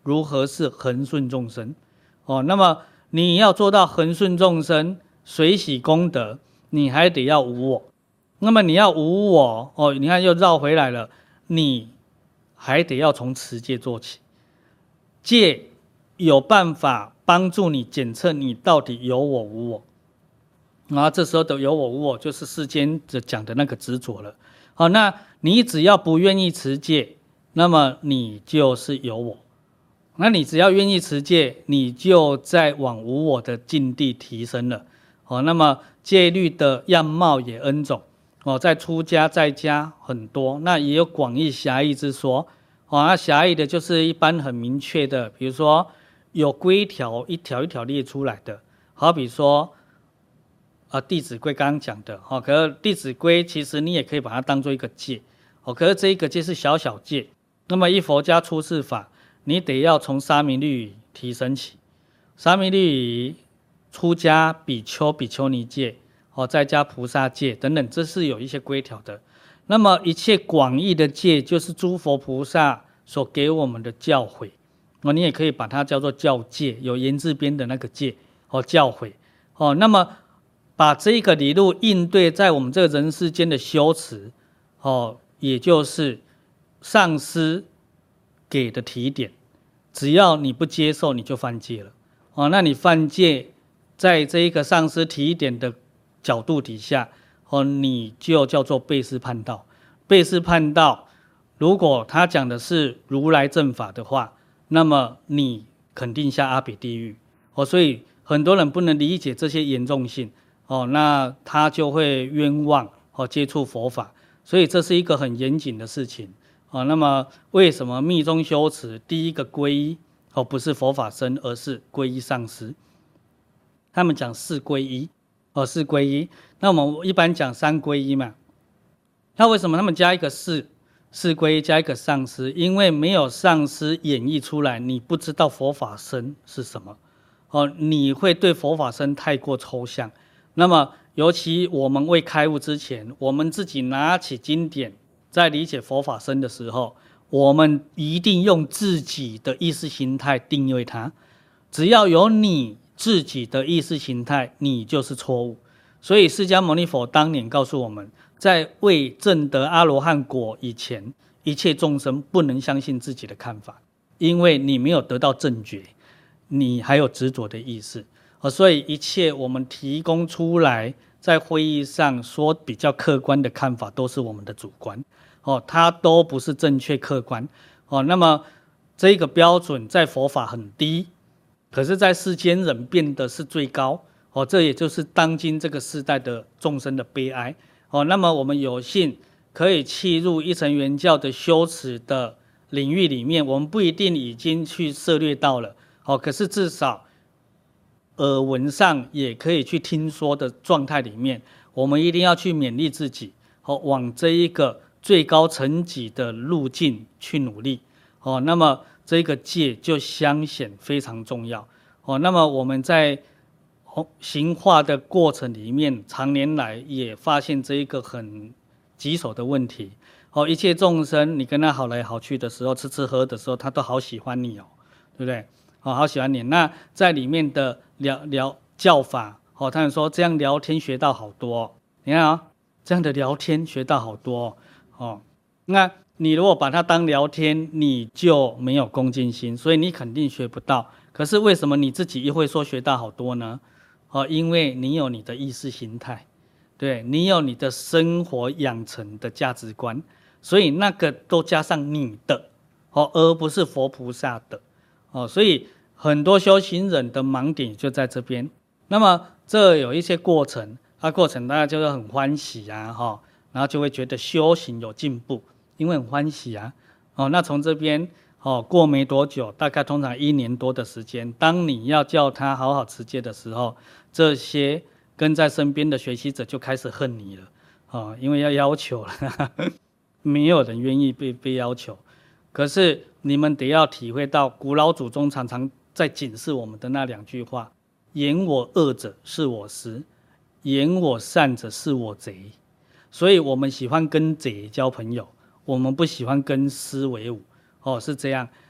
如何是恒顺众生。那么你要做到恒顺众生，随喜功德，你还得要无我。那么你要无我，你看又绕回来了，你还得要从持戒做起。戒有办法帮助你检测你到底有我无我。然后这时候的有我无我，就是世间讲的那个执着了。那你只要不愿意持戒，那么你就是有我。那你只要愿意持戒，你就在往无我的境地提升了。那么戒律的样貌也 N 种，在出家在家很多，那也有广义狭义之说。那狭义的就是一般很明确的，比如说有规条一条一条列出来的，好比说弟子规刚刚讲的，可是弟子规其实你也可以把它当做一个戒，可是这一个戒是小小戒。那么依佛家出世法，你得要从沙弥律仪提升起。沙弥律仪、出家比丘、比丘尼戒，再加菩萨戒等等，这是有一些规条的。那么一切广义的戒，就是诸佛菩萨所给我们的教诲，你也可以把它叫做教戒，有言字边的那个戒，教诲。那么把这个理路应对在我们这个人世间的修持，也就是上师给的提点，只要你不接受，你就犯戒了。那你犯戒，在这一个上师提点的角度底下，你就叫做背师叛道。背师叛道，如果他讲的是如来正法的话，那么你肯定下阿鼻地狱。所以很多人不能理解这些严重性，那他就会冤枉接触佛法。所以这是一个很严谨的事情。那么为什么密宗修持第一个皈依不是佛法僧，而是皈依上师？他们讲四皈依，四皈依。那我们一般讲三皈依嘛。那为什么他们加一个四皈依，加一个上师？因为没有上师演绎出来，你不知道佛法僧是什么。你会对佛法僧太过抽象。那么尤其我们未开悟之前，我们自己拿起经典在理解佛法僧的时候，我们一定用自己的意识形态定位它。只要有你自己的意识形态，你就是错误。所以释迦牟尼佛当年告诉我们，在未证得阿罗汉果以前，一切众生不能相信自己的看法，因为你没有得到正觉，你还有执着的意识。所以一切我们提供出来在会议上说比较客观的看法，都是我们的主观，它都不是正确客观。那么这个标准在佛法很低，可是在世间人变得是最高。这也就是当今这个世代的众生的悲哀。那么我们有幸可以契入一乘圆教的修持的领域里面，我们不一定已经去涉猎到了，可是至少耳闻上也可以去听说的状态里面，我们一定要去勉励自己，往这一个最高层级的路径去努力。那么这个戒就相显非常重要。那么我们在行化的过程里面，常年来也发现这一个很棘手的问题。一切众生，你跟他好来好去的时候，吃吃喝的时候，他都好喜欢你对不对？好喜欢你。那在里面的聊教法，他们说这样聊天学到好多。你看这样的聊天学到好多。那你如果把它当聊天，你就没有恭敬心，所以你肯定学不到。可是为什么你自己一会说学到好多呢？因为你有你的意识形态，对，你有你的生活养成的价值观，所以那个都加上你的，而不是佛菩萨的。所以很多修行人的盲点就在这边。那么这有一些过程，过程大家就会很欢喜然后就会觉得修行有进步，因为很欢喜那从这边过没多久，大概通常1年多的时间，当你要叫他好好持戒的时候，这些跟在身边的学习者就开始恨你了因为要求了没有人愿意被要求。可是你们得要体会到，古老祖宗常常在警示我们的那2句话：言我恶者是我师，言我善者是我贼。所以我们喜欢跟贼交朋友，我们不喜欢跟师为伍是这样。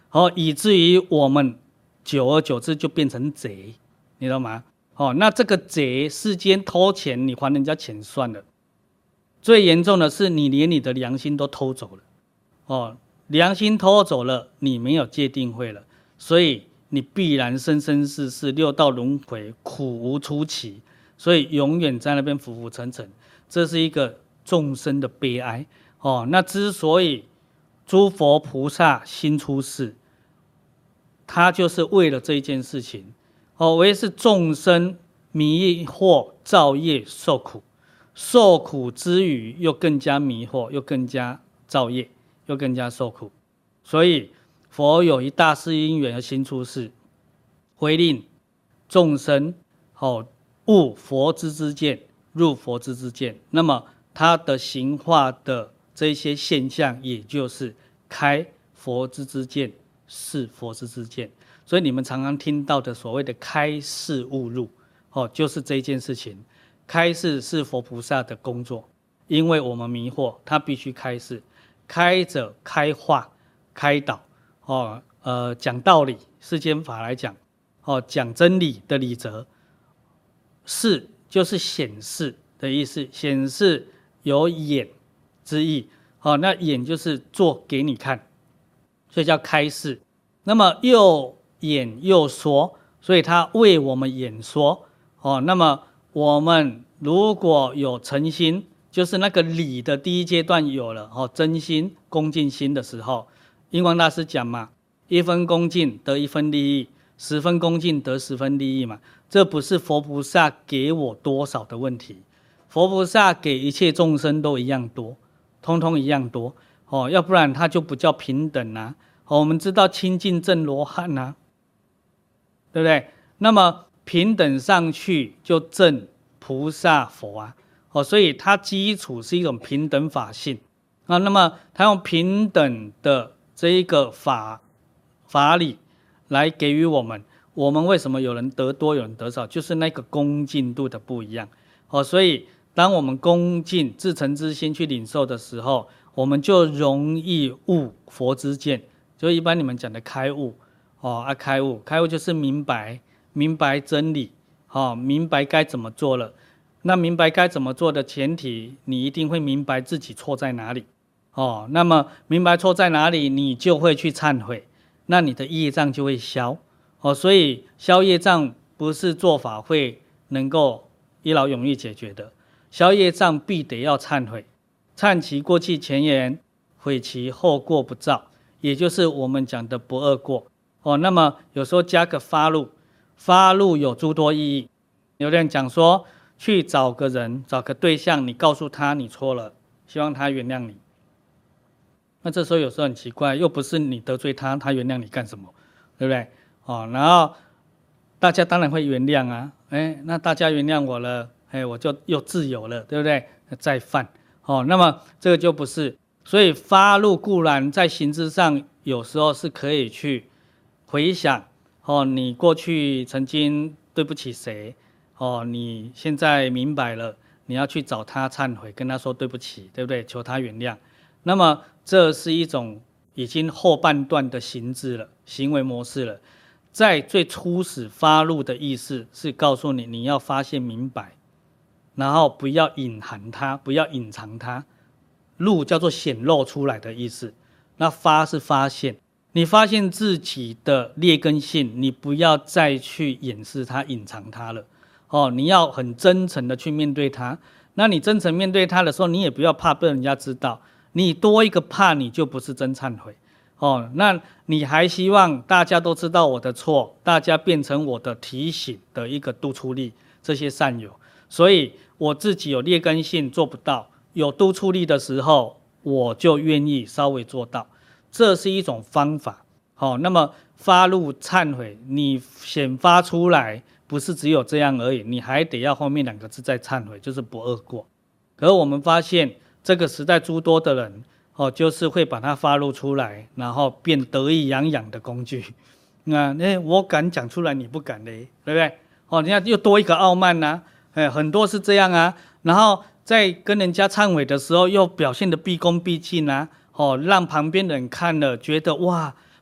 以至于我们久而久之就变成贼，你知道吗？那这个贼世间偷钱，你还人家钱算了，最严重的是你连你的良心都偷走了，良心偷走了，你没有戒定慧了，所以你必然生生世世六道轮回苦无出期，所以永远在那边浮浮沉沉，这是一个众生的悲哀。那之所以诸佛菩萨心出世，他就是为了这一件事情，为是众生迷惑造业受苦，受苦之余又更加迷惑，又更加造业，又更加受苦。所以佛有一大事因缘而心出世，回令众生悟佛之见，入佛之见。那么他的行化的这些现象，也就是开佛之见，示佛之见。所以你们常常听到的所谓的开示悟入，就是这件事情。开示是佛菩萨的工作，因为我们迷惑，他必须开示。开者开化、开导，讲道理，世间法来讲，讲真理的理则。示就是显示的意思，显示有演之意，那演就是做给你看，所以叫开示。那么又演又说，所以他为我们演说。那么我们如果有诚心，就是那个理的第一阶段有了，真心恭敬心的时候，印光大师讲嘛，1分恭敬得1分利益，10分恭敬得10分利益嘛。这不是佛菩萨给我多少的问题，佛菩萨给一切众生都一样多，通通一样多，要不然他就不叫平等啊。我们知道清净正罗汉啊，对不对？那么平等上去就正菩萨佛啊，所以它基础是一种平等法性啊。那么它用平等的这一个法理来给予我们，我们为什么有人得多有人得少，就是那个恭敬度的不一样。所以当我们恭敬至诚之心去领受的时候，我们就容易悟佛之见，就一般你们讲的开悟。开悟就是明白真理，明白该怎么做了。那明白该怎么做的前提，你一定会明白自己错在哪里。那么明白错在哪里，你就会去忏悔，那你的业障就会消。所以消业障不是做法会能够一劳永逸解决的，消业障必得要忏悔，忏其过去前言，悔其后过不造，也就是我们讲的不二过。那么有时候加个发露，发露有诸多意义。有人讲说，去找个人，找个对象，你告诉他你错了，希望他原谅你。那这时候有时候很奇怪，又不是你得罪他，他原谅你干什么？对不对？然后大家当然会原谅啊，那大家原谅我了，我就又自由了，对不对？再犯，那么这个就不是。所以发露固然在形式上有时候是可以去回想，你过去曾经对不起谁，你现在明白了，你要去找他忏悔，跟他说对不起，对不对？求他原谅。那么这是一种已经后半段的行制了，行为模式了。在最初始发露的意思是告诉你，你要发现明白，然后不要隐含它，不要隐藏它。露叫做显露出来的意思，那发是发现。你发现自己的劣根性，你不要再去掩饰它、隐藏它了。你要很真诚的去面对它。那你真诚面对它的时候，你也不要怕被人家知道。你多一个怕，你就不是真忏悔。那你还希望大家都知道我的错，大家变成我的提醒的一个督促力，这些善友。所以我自己有劣根性做不到，有督促力的时候，我就愿意稍微做到。这是一种方法。那么发露忏悔，你显发出来不是只有这样而已，你还得要后面2个字再忏悔，就是不二过。可是我们发现这个时代诸多的人，就是会把它发露出来，然后变得意洋洋的工具。我敢讲出来，你不敢嘞，对不对？你看又多一个傲慢啊，很多是这样啊。然后在跟人家忏悔的时候，又表现得毕恭毕敬啊，让旁边的人看了觉得哇，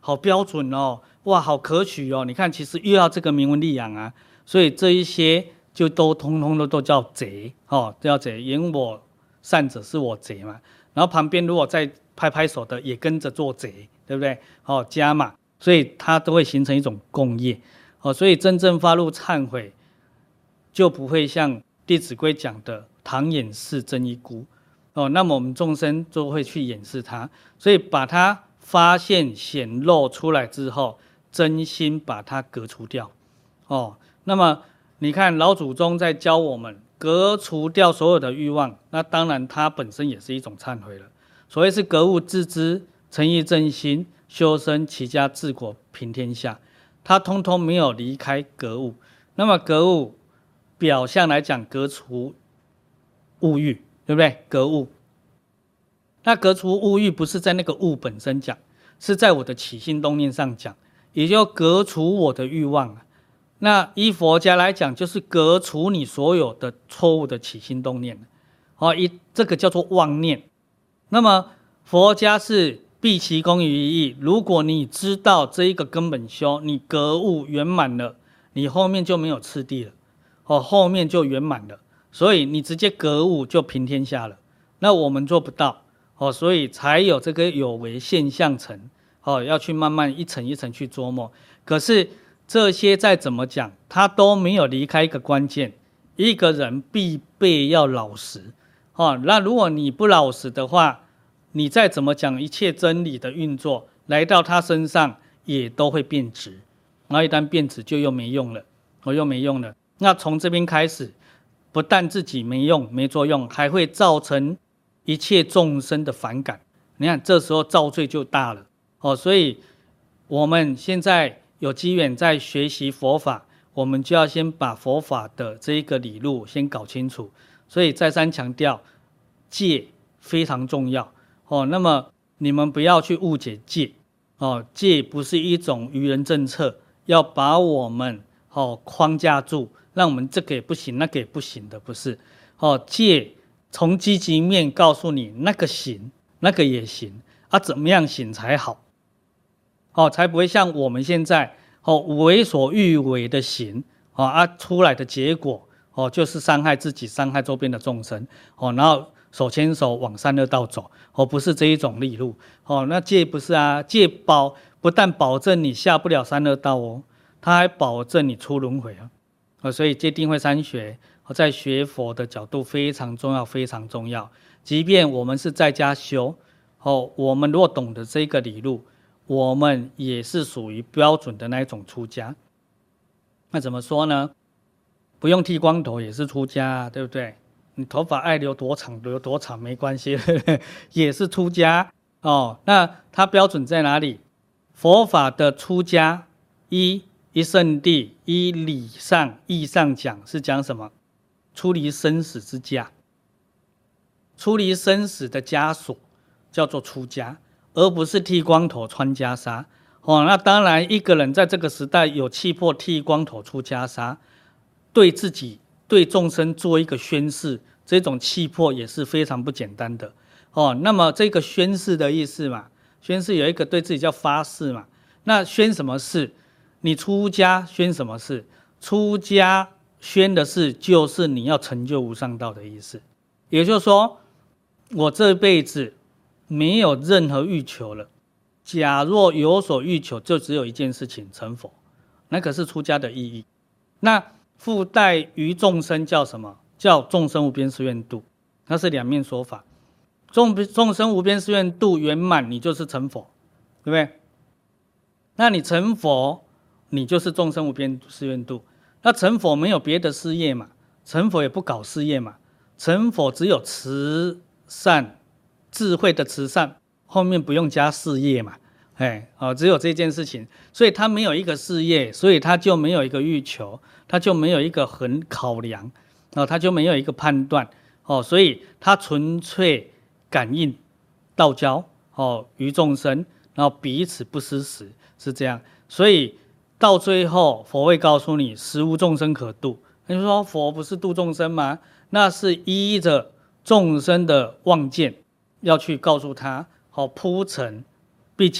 好标准哦，哇，好可取哦。你看，其实又要这个名闻利养啊，所以这一些就都通通都叫贼哦，叫贼。言我善者，是我贼嘛。然后旁边如果再拍拍手的，也跟着做贼，对不对？哦，加嘛，所以它都会形成一种共业哦。所以真正发怒忏悔，就不会像《弟子规》讲的“常掩饰真一孤”哦。那么我们众生就会去掩饰它，所以把它发现显露出来之后，真心把它革除掉哦。那么你看老祖宗在教我们革除掉所有的欲望，那当然它本身也是一种忏悔了。所谓是格物致知、诚意正心、修身齐家治国平天下，它通通没有离开格物。那么格物表象来讲，革除物欲，对不对？格物。那革除物欲不是在那个物本身讲，是在我的起心动念上讲，也就革除我的欲望。那依佛家来讲，就是革除你所有的错误的起心动念，这个叫做妄念。那么佛家是毕其功于一役，如果你知道这一个根本修，你格物圆满了，你后面就没有次第了，后面就圆满了，所以你直接格物就平天下了。那我们做不到，所以才有这个有为现象层，要去慢慢一层一层去琢磨。可是这些再怎么讲，它都没有离开一个关键，一个人必备要老实。那如果你不老实的话，你再怎么讲一切真理的运作，来到他身上也都会变质，然后一旦变质就又没用了，又没用了。那从这边开始，不但自己没用没作用，还会造成一切众生的反感。你看这时候造罪就大了所以我们现在有机缘在学习佛法，我们就要先把佛法的这一个理路先搞清楚。所以再三强调，戒非常重要那么你们不要去误解戒戒不是一种愚人政策，要把我们框架住，让我们这个也不行那个也不行的，不是戒从积极面告诉你那个行那个也行怎么样行才好才不会像我们现在为所欲为的行出来的结果就是伤害自己伤害周边的众生然后手牵手往善恶道走不是这一种理路那戒不是戒不但保证你下不了善恶道它还保证你出轮回所以戒定慧三学在学佛的角度非常重要非常重要。即便我们是在家修我们如果懂得这个理路，我们也是属于标准的那一种出家。那怎么说呢？不用剃光头也是出家对不对？你头发爱留多长留多长没关系对不对？也是出家那它标准在哪里？佛法的出家一圣谛，一理上义上讲是讲什么？出离生死之家，出离生死的枷锁叫做出家，而不是剃光头穿袈裟那当然一个人在这个时代有气魄剃光头出袈裟，对自己对众生做一个宣誓，这种气魄也是非常不简单的那么这个宣誓的意思嘛，宣誓有一个对自己叫发誓嘛，那宣什么誓？你出家宣什么誓？出家宣的誓就是你要成就无上道的意思。也就是说我这辈子没有任何欲求了，假若有所欲求，就只有一件事情，成佛，那个是出家的意义。那附带于众生叫什么？叫众生无边誓愿度，那是两面说法。众生无边誓愿度圆满，你就是成佛，对不对？那你成佛，你就是众生无边誓愿度。那成佛没有别的事业嘛，成佛也不搞事业嘛，成佛只有慈善，智慧的慈善，后面不用加事业嘛，只有这件事情，所以他没有一个事业，所以他就没有一个欲求，他就没有一个很考量他就没有一个判断所以他纯粹感应道交于众生，然后彼此不失时，是这样。所以到最后佛会告诉你实无众生可度。你说佛不是度众生吗？那是依着众生的望见要去告诉他铺陈，毕竟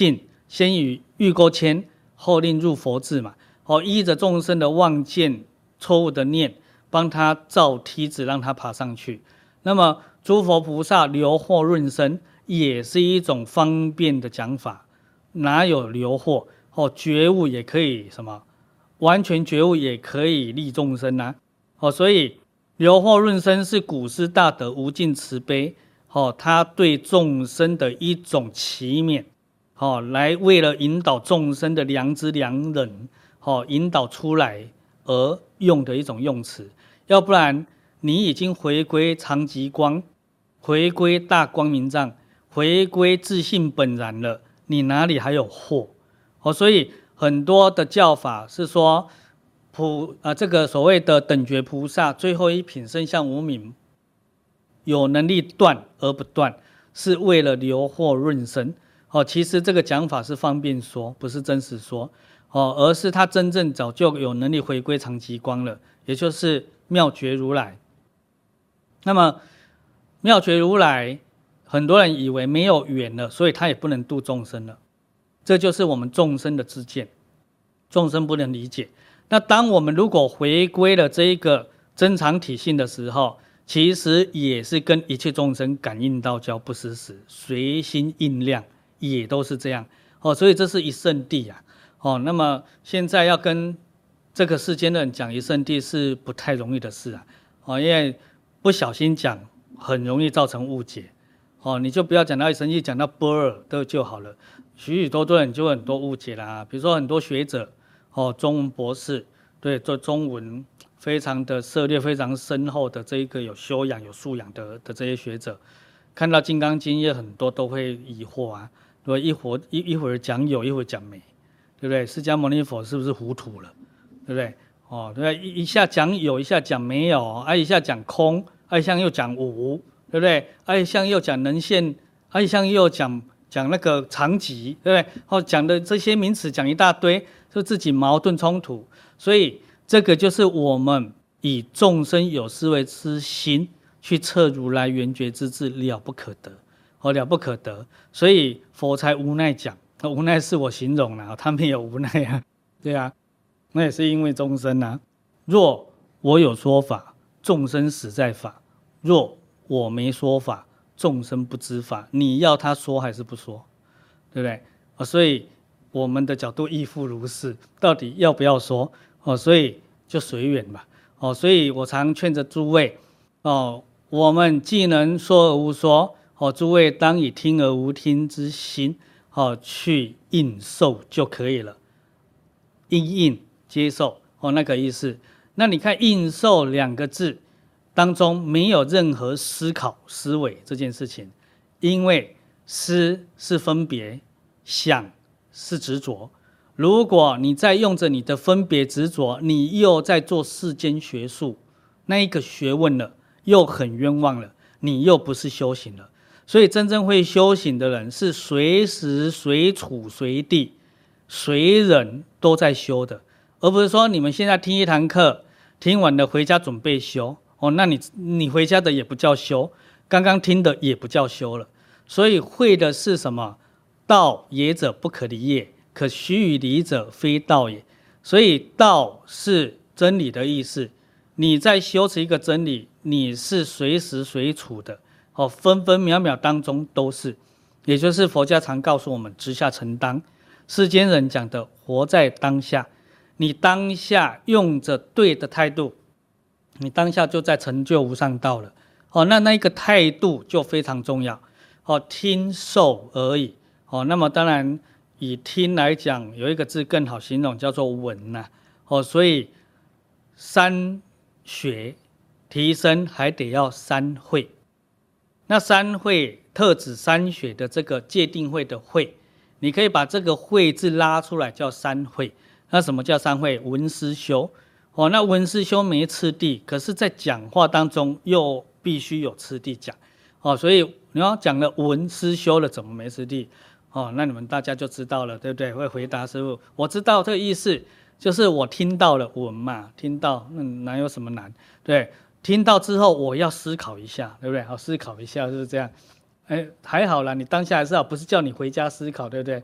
先以欲钩牵，后令入佛智嘛。依着众生的妄见、错误的念，帮他造梯子，让他爬上去。那么诸佛菩萨留惑润生，也是一种方便的讲法。哪有留惑？觉悟也可以什么？完全觉悟也可以利众生啊。所以留惑润生是古师大德无尽慈悲，他对众生的一种祈勉，来为了引导众生的良知良人，引导出来而用的一种用词。要不然你已经回归常寂光，回归大光明藏，回归自性本然了，你哪里还有惑？所以很多的教法是说这个所谓的等觉菩萨最后一品生相无明，有能力断而不断，是为了留惑润生。其实这个讲法是方便说，不是真实说，而是他真正早就有能力回归常寂光了，也就是妙觉如来。那么妙觉如来，很多人以为没有缘了，所以他也不能度众生了。这就是我们众生的知见，众生不能理解。那当我们如果回归了这一个真常体性的时候，其实也是跟一切众生感应道交不失时，随心应量，也都是这样。所以这是一圣谛啊。那么现在要跟这个世间的人讲一圣谛是不太容易的事啊。因为不小心讲很容易造成误解。你就不要讲到一圣谛，讲到般若的就好了。许多人就很多误解啦，比如说很多学者，中文博士，对，做中文非常的涉猎非常深厚的这一个有修养有素养的这些学者，看到《金刚经》也很多都会疑惑啊，对，一会儿讲有，一会儿讲没，对不对？释迦牟尼佛是不是糊涂了，对不对？对，一下讲有，一下讲没有，一下讲空，一下又讲无，对不对？一下又讲能现，一下又讲那个常寂，对不对？讲的这些名词讲一大堆，就自己矛盾冲突。所以这个就是我们以众生有思维之心去测如来圆觉之智，了不可得，了不可得。所以佛才无奈讲，无奈是我形容了，他没有无奈啊，对啊，那也是因为众生啊。若我有说法，众生实在法；若我没说法，众生不知法。你要他说还是不说，对不对？所以我们的角度亦复如是，到底要不要说？所以就随缘吧。所以我常劝着诸位，我们既能说而无说，诸位当以听而无听之心，去应受就可以了。应接受，那个意思。那你看应受两个字当中没有任何思考思维这件事情，因为思是分别，想是执着。如果你在用着你的分别执着，你又在做世间学术，那一个学问了，又很冤枉了，你又不是修行了。所以真正会修行的人是随时随处随地随人都在修的，而不是说你们现在听一堂课，听完了回家准备修，那你回家的也不叫修，刚刚听的也不叫修了。所以会的是什么？道也者不可离也，可须臾离者非道也。所以道是真理的意思，你在修持一个真理，你是随时随处的，分分秒秒当中都是，也就是佛家常告诉我们直下承当，世间人讲的活在当下。你当下用着对的态度，你当下就在成就无上道了。那一个态度就非常重要。听受而已。那么当然以听来讲，有一个字更好形容，叫做闻呐。所以三学提升还得要三会。那三会特指三学的这个戒定慧的慧，你可以把这个慧字拉出来叫三会。那什么叫三会？闻思修。那闻思修没次第，可是在讲话当中又必须有次第讲。所以你要讲了闻思修了，怎么没次第？那你们大家就知道了，对不对？会回答师父，我知道这个意思，就是我听到了闻嘛，听到哪有什么难？对，听到之后我要思考一下，对不对？好，思考一下，是不是这样？还好啦，你当下还是好，不是叫你回家思考，对不对？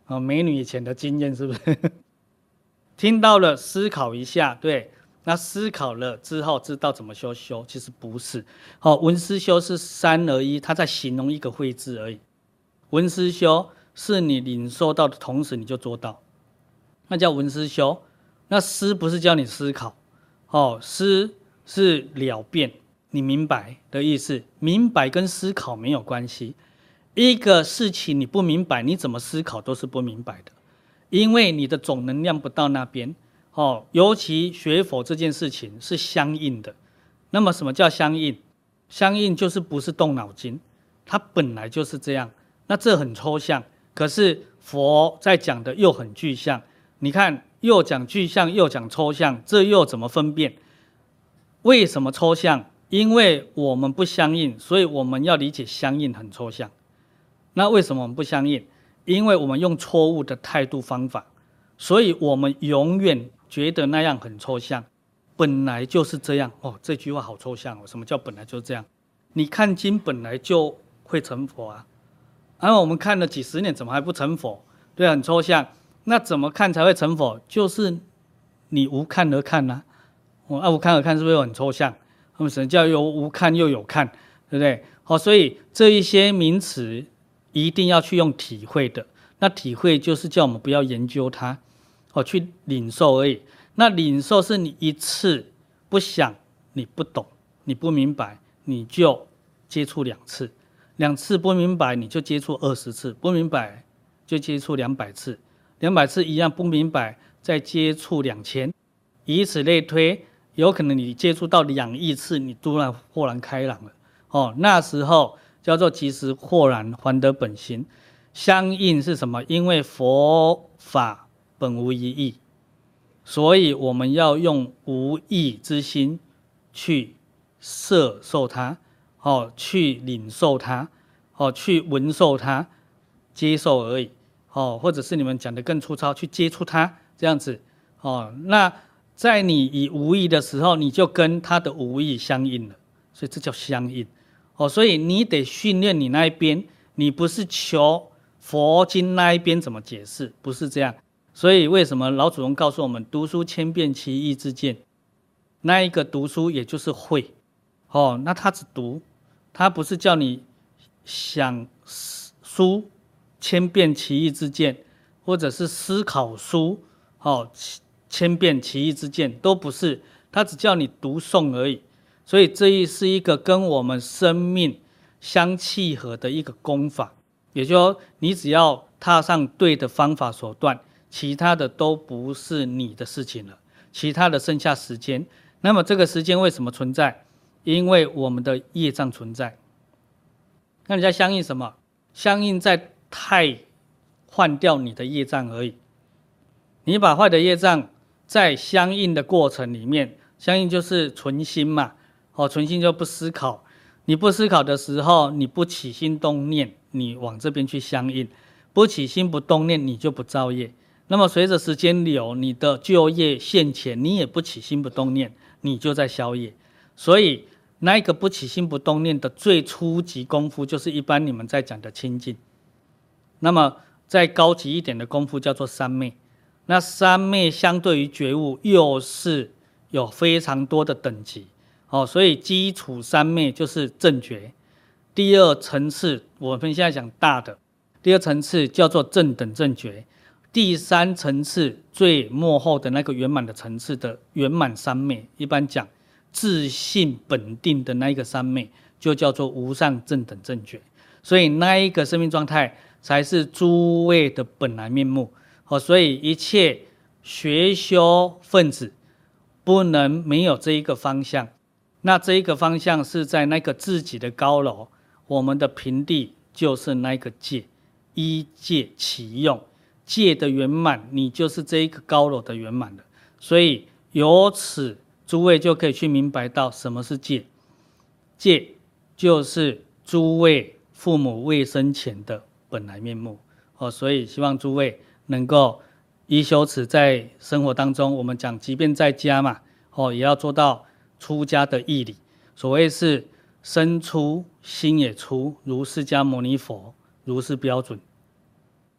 美女以前的经验是不是？听到了，思考一下，对，那思考了之后知道怎么修，其实不是。文思修是三而一，它在形容一个慧智而已。文思修是你领受到的同时你就做到，那叫文思修。那思不是教你思考，思是了变，你明白的意思。明白跟思考没有关系，一个事情你不明白，你怎么思考都是不明白的。因为你的总能量不到那边，尤其学佛这件事情是相应的。那么什么叫相应？相应就是不是动脑筋，它本来就是这样。那这很抽象，可是佛在讲的又很具象。你看，又讲具象又讲抽象，这又怎么分辨？为什么抽象？因为我们不相应，所以我们要理解相应很抽象。那为什么我们不相应？因为我们用错误的态度方法，所以我们永远觉得那样很抽象，本来就是这样。这句话好抽象。什么叫本来就是这样？你看经本来就会成佛啊，然后我们看了几十年怎么还不成佛？对，很抽象。那怎么看才会成佛？就是你无看而看啊。无看而看是不是很抽象？什么叫又无看又有看，对不对？所以这一些名词一定要去用体会的。那体会就是叫我们不要研究它，去领受而已。那领受是你一次不想，你不懂，你不明白，你就接触2次，2次不明白你就接触20次，不明白就接触200次，200次一样不明白再接触2000，以此类推。有可能你接触到2亿次，你突然豁然开朗了。那时候叫做即时豁然，还得本心。相应是什么？因为佛法本无一义，所以我们要用无义之心去摄受它，去领受它，去闻受它，接受而已。或者是你们讲的更粗糙，去接触它，这样子。那在你以无义的时候，你就跟它的无义相应了，所以这叫相应。所以你得训练你那一边，你不是求佛经那一边怎么解释，不是这样。所以为什么老祖宗告诉我们读书千遍其义自见？那一个读书也就是会，那他只读，他不是叫你想书千遍其义自见，或者是思考书千遍其义之见，都不是，他只叫你读诵而已。所以这是一个跟我们生命相契合的一个功法，也就是说你只要踏上对的方法手段，其他的都不是你的事情了，其他的剩下时间。那么这个时间为什么存在？因为我们的业障存在。那你在相应什么？相应在太换掉你的业障而已。你把坏的业障在相应的过程里面，相应就是存心嘛，存心就不思考。你不思考的时候，你不起心动念，你往这边去相应；不起心不动念，你就不造业。那么随着时间流，你的旧业现前，你也不起心不动念，你就在消业。所以那一个不起心不动念的最初级功夫，就是一般你们在讲的清净。那么再高级一点的功夫叫做三昧。那三昧相对于觉悟又是有非常多的等级，所以基础三昧就是正觉。第二层次，我们现在讲大的，第二层次叫做正等正觉。第3层次最末后的那个圆满的层次的圆满三昧，一般讲自性本定的那一个三昧，就叫做无上正等正觉。所以那一个生命状态才是诸位的本来面目。所以一切学修分子不能没有这一个方向。那这一个方向是在那个自己的高楼，我们的平地就是那个戒，依戒起用，戒的圆满，你就是这一个高楼的圆满了。所以由此诸位就可以去明白到什么是戒。戒就是诸位父母未生前的本来面目。所以希望诸位能够依修持，在生活当中，我们讲即便在家嘛，也要做到出家的义理。所谓是身出心也出，如释迦牟尼佛，如是标准。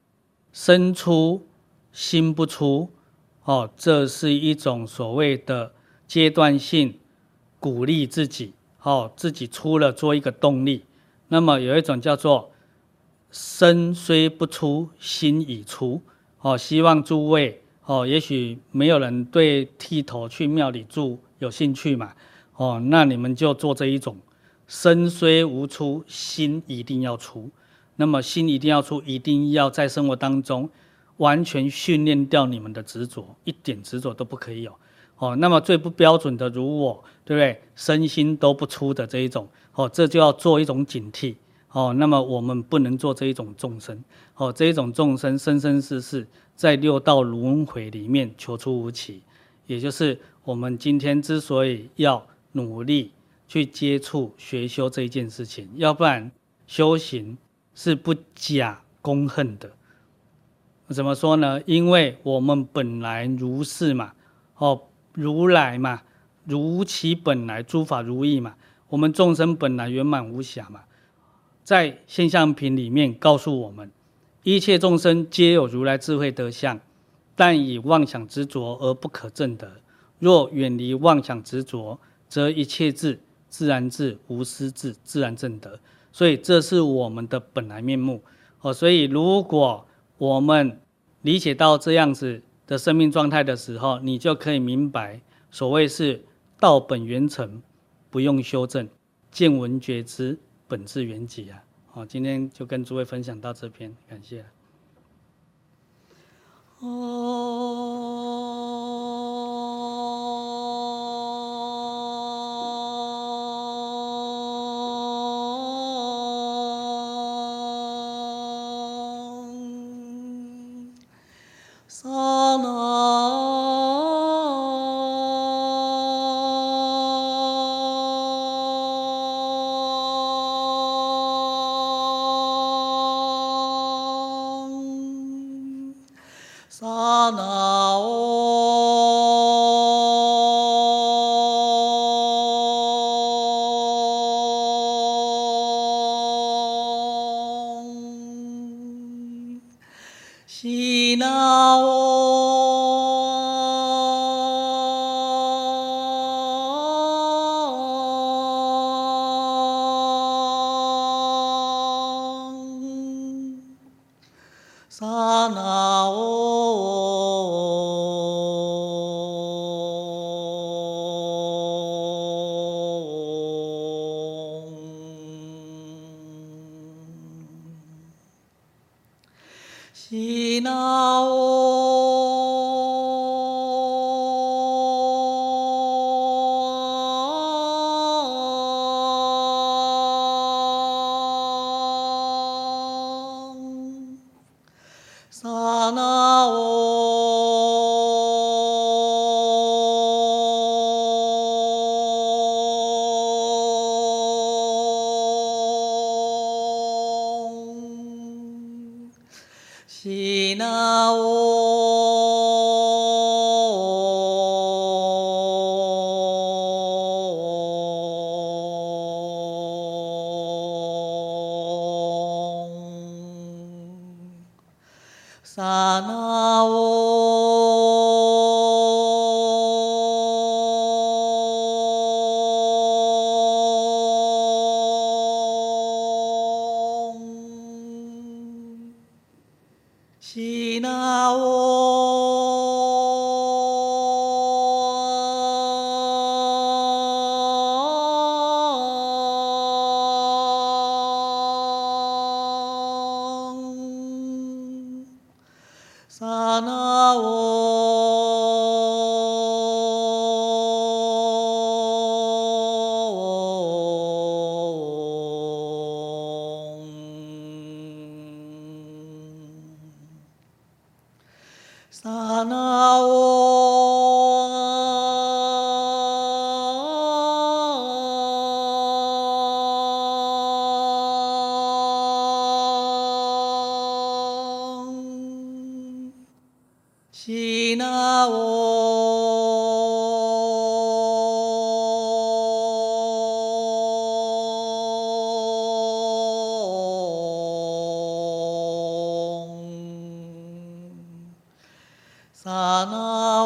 身出心不出，这是一种所谓的阶段性鼓励自己，自己出了做一个动力。那么有一种叫做身虽不出，心已出，希望诸位，也许没有人对剃头去庙里住有兴趣嘛，那你们就做这一种，身虽无出，心一定要出。那么心一定要出，一定要在生活当中完全训练掉你们的执着，一点执着都不可以有。那么最不标准的如我，对不对？身心都不出的这一种，这就要做一种警惕。那么我们不能做这一种众生，这一种众生生生世世在六道轮回里面求出无期，也就是我们今天之所以要努力去接触学修这一件事情，要不然修行是不假公恨的。怎么说呢？因为我们本来如是嘛，如来嘛，如其本来，诸法如意嘛，我们众生本来圆满无瑕嘛。在现象品里面告诉我们，一切众生皆有如来智慧德相，但以妄想执着而不可证得。若远离妄想执着，则一切智自然智，无私智自然证得。所以这是我们的本来面目。所以如果我们理解到这样子的生命状态的时候，你就可以明白所谓是道本圆成，不用修正，见闻觉知，本自圆寂啊。今天就跟诸位分享到这边，感谢。 萨那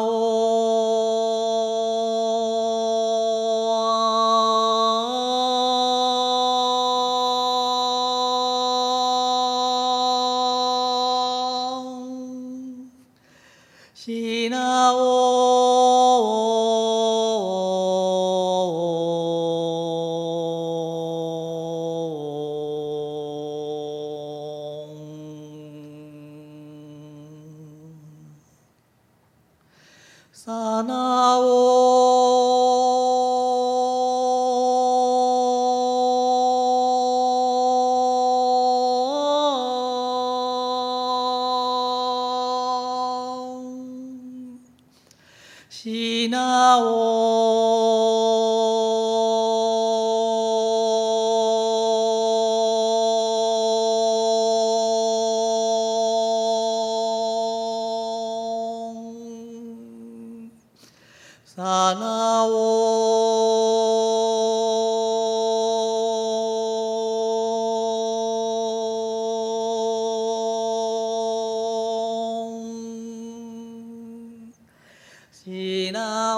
嗡，悉那萨那嗡，悉那嗡，萨那嗡，悉那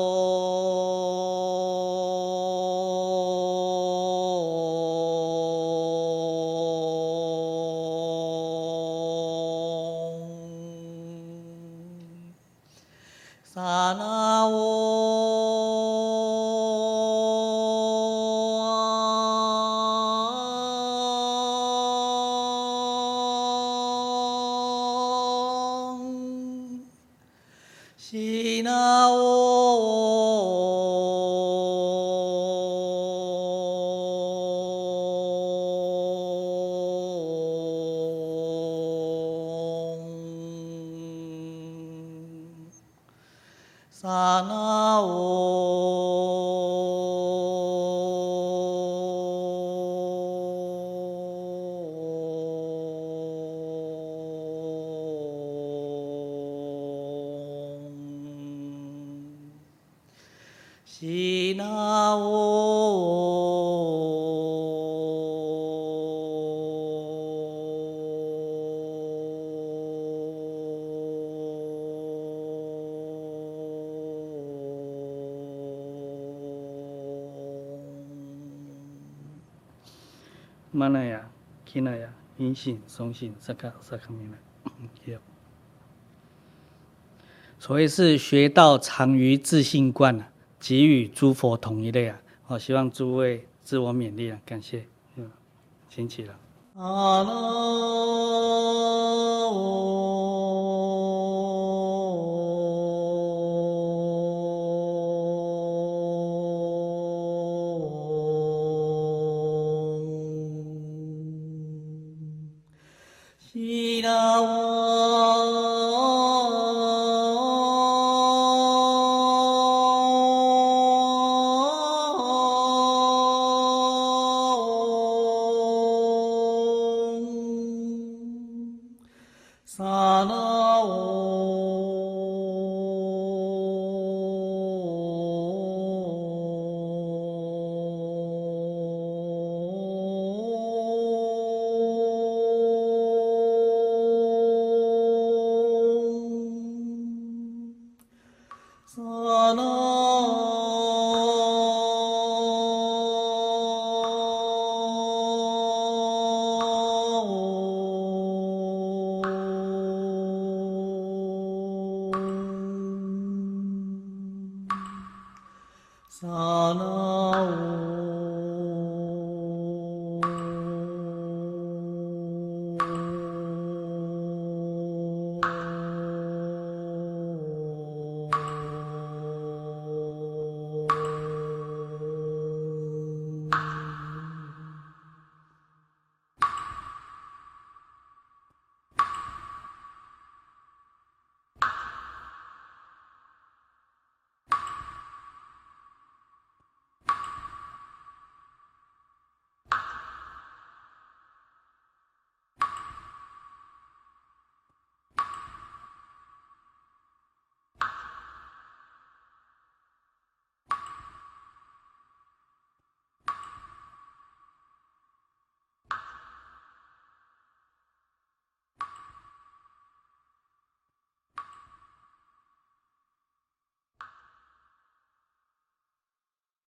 嗡，萨那嗡，悉那嗡，萨那嗡，悉那玛那雅、毗那雅、阴性、松性、萨卡米那。所谓是学道常于自性观啊，即与诸佛同一类啊。希望诸位自我勉励啊，感谢。请起了。阿那悉那萨那萨那萨那